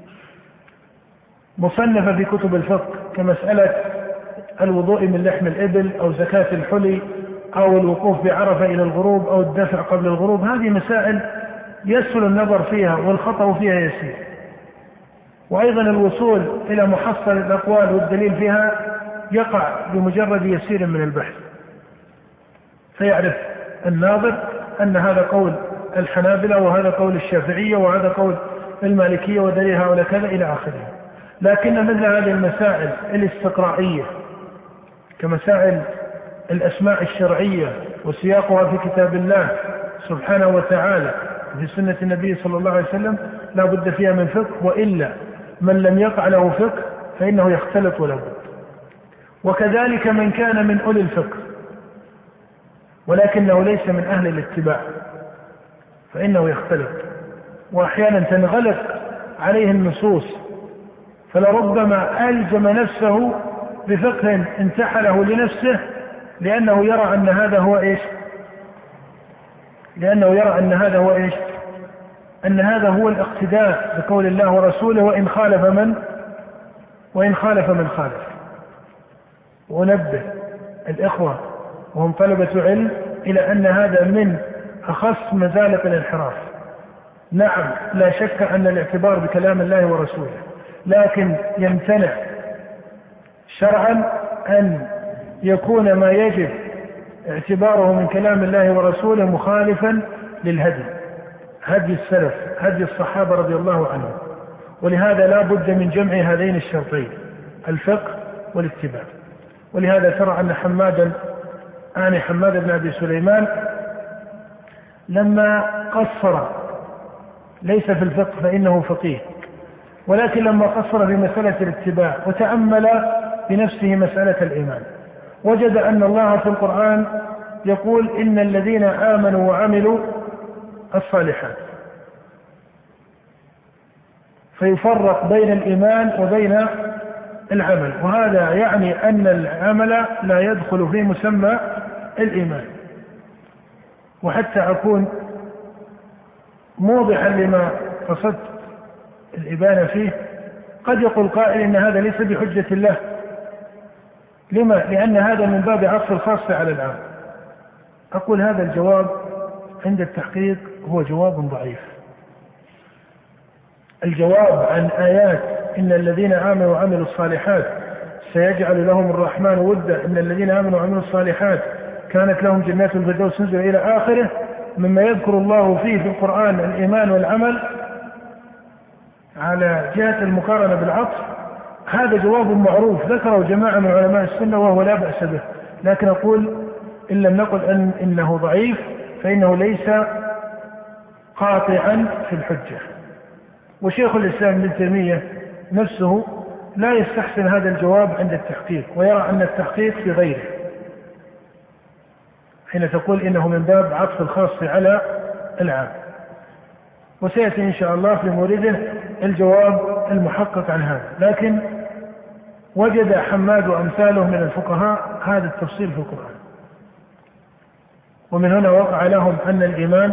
مصنفة في كتب الفقه كمسألة الوضوء من لحم الإبل أو زكاة الحلي أو الوقوف بعرفة إلى الغروب أو الدفع قبل الغروب. هذه مسائل يسهل النظر فيها والخطأ فيها يسير، وأيضا الوصول إلى محصل الأقوال والدليل فيها يقع بمجرد يسير من البحث، فيعرف الناظر أن هذا قول الحنابلة وهذا قول الشافعية وهذا قول المالكية ودليل هؤلاء كذا إلى آخره. لكن مثل هذه المسائل الاستقرائية كمسائل الأسماء الشرعية وسياقها في كتاب الله سبحانه وتعالى في سنة النبي صلى الله عليه وسلم لا بد فيها من فقه، وإلا من لم يقع له فقه فإنه يختلط ولا بد. وكذلك من كان من أولي الفقه ولكنه ليس من أهل الاتباع فإنه يختلط، وأحيانا تنغلق عليه النصوص فلربما ألزم نفسه بفقه انتحله لنفسه لأنه يرى أن هذا هو إيش لأنه يرى أن هذا هو إيش أن هذا هو الاقتداء بقول الله ورسوله وإن خالف من وإن خالف من خالف. ونبه الإخوة وهم طلبة علم إلى أن هذا من أخص مزالق الانحراف. نعم لا شك أن الاعتبار بكلام الله ورسوله، لكن يمتنع شرعا أن يكون ما يجب اعتباره من كلام الله ورسوله مخالفا للهدي هدي السلف هدي الصحابة رضي الله عنهم. ولهذا لا بد من جمع هذين الشرطين الفقه والاتباع. ولهذا ترى أن حمادا آني حماد بن أبي سليمان لما قصر ليس في الفقه فإنه فقيه، ولكن لما قصر في مسألة الاتباع وتأمل بنفسه مسألة الإيمان وجد أن الله في القرآن يقول إن الذين آمنوا وعملوا الصالحات، فيفرق بين الإيمان وبين العمل، وهذا يعني أن العمل لا يدخل في مسمى الإيمان. وحتى أكون موضحا لما قصدت الإبانة فيه، قد يقول قائل إن هذا ليس بحجة الله. لما؟ لأن هذا من باب عطف الخاص على العام. أقول هذا الجواب عند التحقيق هو جواب ضعيف. الجواب عن آيات إن الذين آمنوا وعملوا الصالحات سيجعل لهم الرحمن ودا إن الذين آمنوا وعملوا الصالحات كانت لهم جنات الفردوس نزلا إلى آخره مما يذكر الله فيه في القرآن الإيمان والعمل على جهة المقارنة بالعطف، هذا جواب معروف ذكره جماعة من علماء السنة وهو لا بأس به. لكن أقول إن لم نقل أن إنه ضعيف فإنه ليس قاطعا في الحجة. وشيخ الإسلام ابن تيمية نفسه لا يستحسن هذا الجواب عند التحقيق، ويرى أن التحقيق في غيره حين تقول إنه من باب عطف الخاص على العام. وسيأتي إن شاء الله في مورده الجواب المحقق عن هذا. لكن وجد حماد وأمثاله من الفقهاء هذا التفصيل في القرآن، ومن هنا وقع لهم أن الإيمان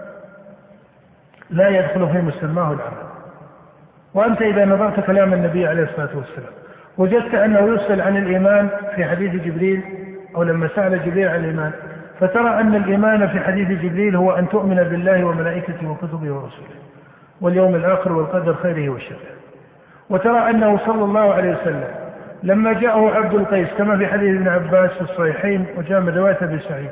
لا يدخل في مسماه العمل. وأنت إذا نظرت كلام النبي عليه الصلاة والسلام وجدت أنه يسأل عن الإيمان في حديث جبريل، أو لما سأل جبريل عن الإيمان، فترى أن الإيمان في حديث جبريل هو أن تؤمن بالله وملائكته وكتبه ورسوله واليوم الآخر والقدر خيره وشره. وترى أنه صلى الله عليه وسلم لما جاءه عبد القيس كما في حديث ابن عباس في الصحيحين وجاء من رواية أبي سعيد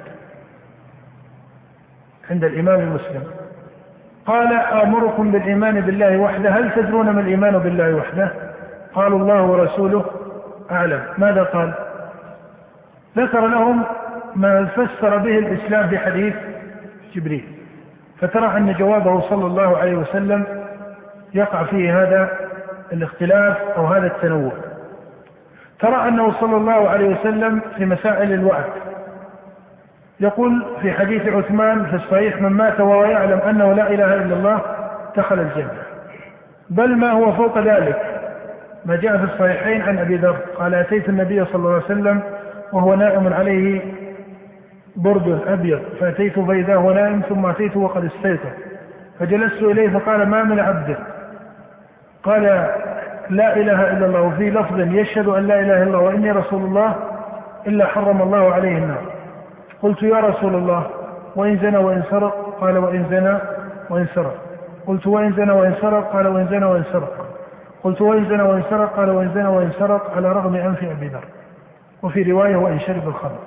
عند الإمام مسلم، قال آمركم بالإيمان بالله وحده، هل تدرون ما الإيمان بالله وحده؟ قالوا الله ورسوله أعلم. ماذا قال؟ ذكر لهم ما فسر به الإسلام في حديث جبريل. فترى أن جوابه صلى الله عليه وسلم يقع فيه هذا الاختلاف أو هذا التنوع. ترى أنه صلى الله عليه وسلم في مسائل الوعد يقول في حديث عثمان في الصحيح: من مات وهو يعلم أنه لا إله إلا الله دخل الجنة. بل ما هو فوق ذلك ما جاء في الصحيحين عن أبي ذر قال: أتيت النبي صلى الله عليه وسلم وهو نائم عليه برد أبيض، فأتيت فإذا هو نائم، ثم أتيت وقد استيقظ فجلست إليه فقال: ما من عبد قال لا إله إلا الله وفي لفظ يشهد أن لا إله إلا الله وإني رسول الله إلا حرم الله عليه النار. قلت: يا رسول الله وإن زنى وإن سرق؟ قال: وإن زنى وإن سرق. قلت: وإن زنى وإن سرق؟ قال: وإن زنى وإن سرق. قلت: وإن زنى وإن سرق؟ قال: وإن زنى وإن سرق، على رغم أنف أبي ذر. وفي رواية: وإن شرب الخمر.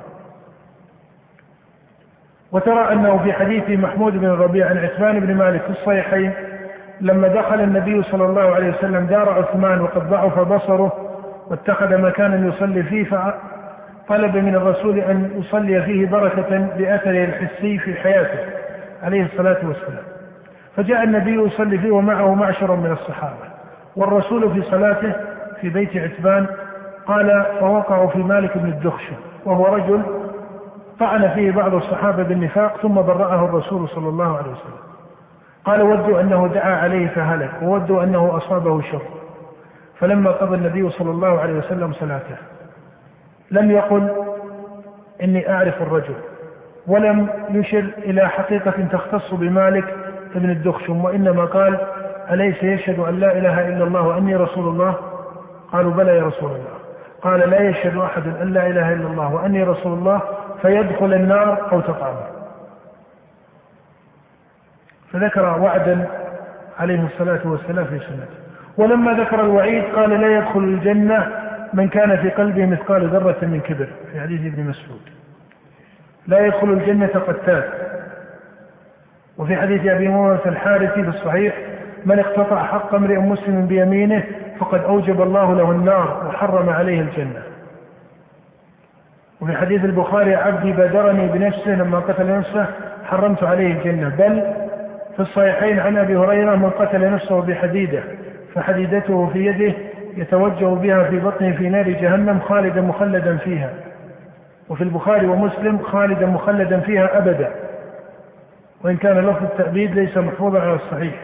وترى أنه في حديث محمود بن الربيع عن عثمان بن مالك في الصحيحين لما دخل النبي صلى الله عليه وسلم دار عثمان وقد ضعف بصره واتخذ مكانا يصلي فيه، فطلب من الرسول أن يصلي فيه بركة بأثره الحسي في حياته عليه الصلاة والسلام. فجاء النبي يصلي فيه ومعه معشر من الصحابة، والرسول في صلاته في بيت عتبان. قال: فوقعوا في مالك بن الدخشن وهو رجل طعن فيه بعض الصحابة بالنفاق ثم برأه الرسول صلى الله عليه وسلم. قال: ودوا أنه دعا عليه فهلك، وودوا أنه أصابه شر. فلما قضى النبي صلى الله عليه وسلم صلاته لم يقل إني أعرف الرجل، ولم يشر إلى حقيقة تختص بمالك بن الدخشم، وإنما قال: أليس يشهد أن لا إله إلا الله وأني رسول الله؟ قالوا: بلى يا رسول الله. قال: لا يشهد أحد أن لا إله إلا الله وأني رسول الله فيدخل النار أو تطعمه. فذكر وعدا عليه الصلاة والسلام في سنته. ولما ذكر الوعيد قال: لا يدخل الجنة من كان في قلبه مثقال ذرة من كبر، في حديث ابن مسعود. لا يدخل الجنة قتال. وفي حديث أبي موسى الحارثي في الصحيح: من اقتطع حق امرئ مسلم بيمينه فقد أوجب الله له النار وحرم عليه الجنة. وفي حديث البخاري: عبدي بادرني بنفسه لما قتل نفسه حرمت عليه الجنة. بل في الصحيحين عن أبي هريرة: من قتل نفسه بحديدة فحديدته في يده يتوجه بها في بطنه في نار جهنم خالدا مخلدا فيها. وفي البخاري ومسلم: خالدا مخلدا فيها أبدا، وإن كان لفظ التأبيد ليس محفوظا على الصحيح.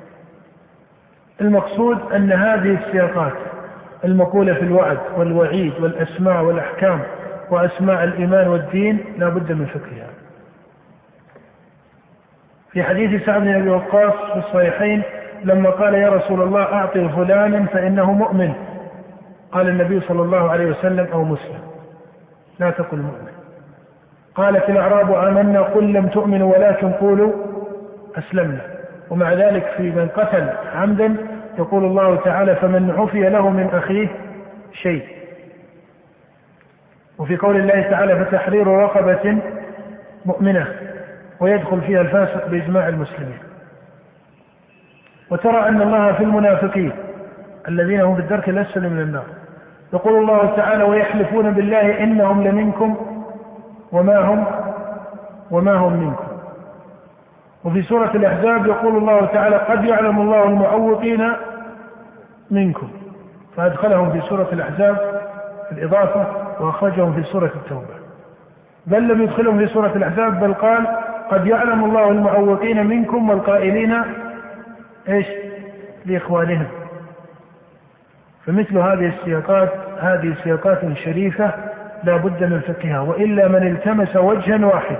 المقصود أن هذه السياقات المقولة في الوعد والوعيد والأسماء والأحكام وأسماء الإيمان والدين لا بد من فقهها. في حديث سعد بن أبي وقاص في الصحيحين لما قال: يا رسول الله أعطي فلانا فإنه مؤمن، قال النبي صلى الله عليه وسلم: أو مسلم، لا تقل مؤمن. قالت الأعراب: آمنا، قل لم تؤمنوا ولكن قولوا أسلمنا. ومع ذلك في من قتل عمدا يقول الله تعالى: فمن عفي له من أخيه شيء. وفي قول الله تعالى: فتحرير رقبة مؤمنة، ويدخل فيها الفاسق بإجماع المسلمين. وترى أن الله في المنافقين الذين هم في الدرك الأسفل من النار يقول الله تعالى: ويحلفون بالله إنهم لمنكم وما هم وما هم منكم. وفي سورة الأحزاب يقول الله تعالى: قد يعلم الله المعوقين منكم، فأدخلهم في سورة الأحزاب في الإضافة وأخرجهم في سورة التوبة. بل لم يدخلهم في سورة الأحزاب، بل قال: قد يعلم الله المعوقين منكم والقائلين إيش لإخوانهم. فمثل هذه السياقات هذه سياقات شريفة لا بد من فقهها، وإلا من التمس وجها واحدا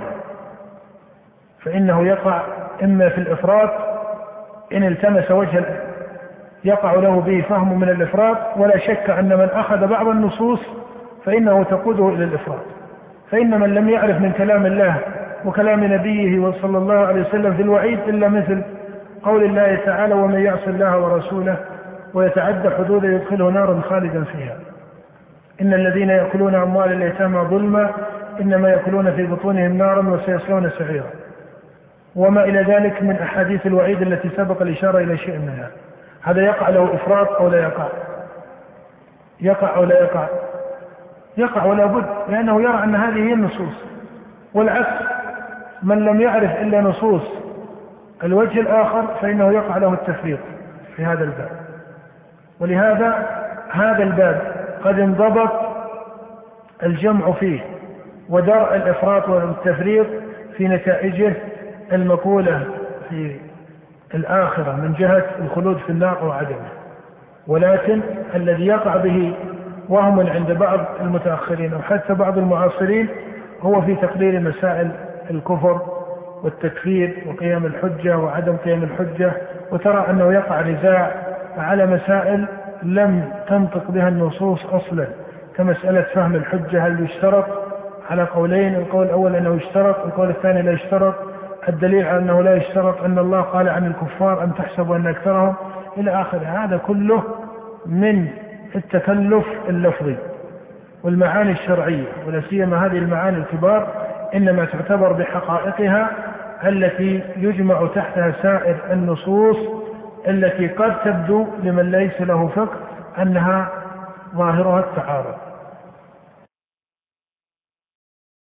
فإنه يقع إما في الإفراط، إن التمس وجها يقع له به فهم من الإفراط، ولا شك أن من أخذ بعض النصوص فإنه تقوده إلى الإفراط. فإن من لم يعرف من كلام الله وكلام نبيه صلى الله عليه وسلم في الوعيد إلا مثل قول الله تعالى: ومن يعص الله ورسوله ويتعدى حدوده يدخله نارا خالدا فيها. إن الذين يأكلون أموال اليتامى ظلما إنما يأكلون في بطونهم نارا وسيصلون سعيرا، وما إلى ذلك من أحاديث الوعيد التي سبق الإشارة إلى شيء منها. هذا يقع له إفراط أو لا يقع؟ يقع أو لا يقع؟ يقع ولا بد، لأنه يرى أن هذه هي النصوص. والعكس، من لم يعرف إلا نصوص الوجه الآخر فإنه يقع له التفريط في هذا الباب. ولهذا هذا الباب قد انضبط الجمع فيه ودرء الإفراط والتفريط في نتائجه المقولة في الآخرة من جهة الخلود في النار وعدمه. ولكن الذي يقع به وهم عند بعض المتأخرين أو حتى بعض المعاصرين هو في تقرير مسائل الكفر والتكفير وقيام الحجة وعدم قيام الحجة، وترى أنه يقع نزاع على مسائل لم تنطق بها النصوص أصلا، كمسألة فهم الحجة هل يشترط على قولين: القول الأول أنه يشترط، القول الثاني لا يشترط، الدليل على أنه لا يشترط أن الله قال عن الكفار أم تحسبوا أن أكثرهم إلى آخره. هذا كله من التكلف اللفظي والمعاني الشرعية، ولا سيما هذه المعاني الكبار إنما تعتبر بحقائقها التي يجمع تحتها سائر النصوص التي قد تبدو لمن ليس له فقه أنها ظاهرها التعارض.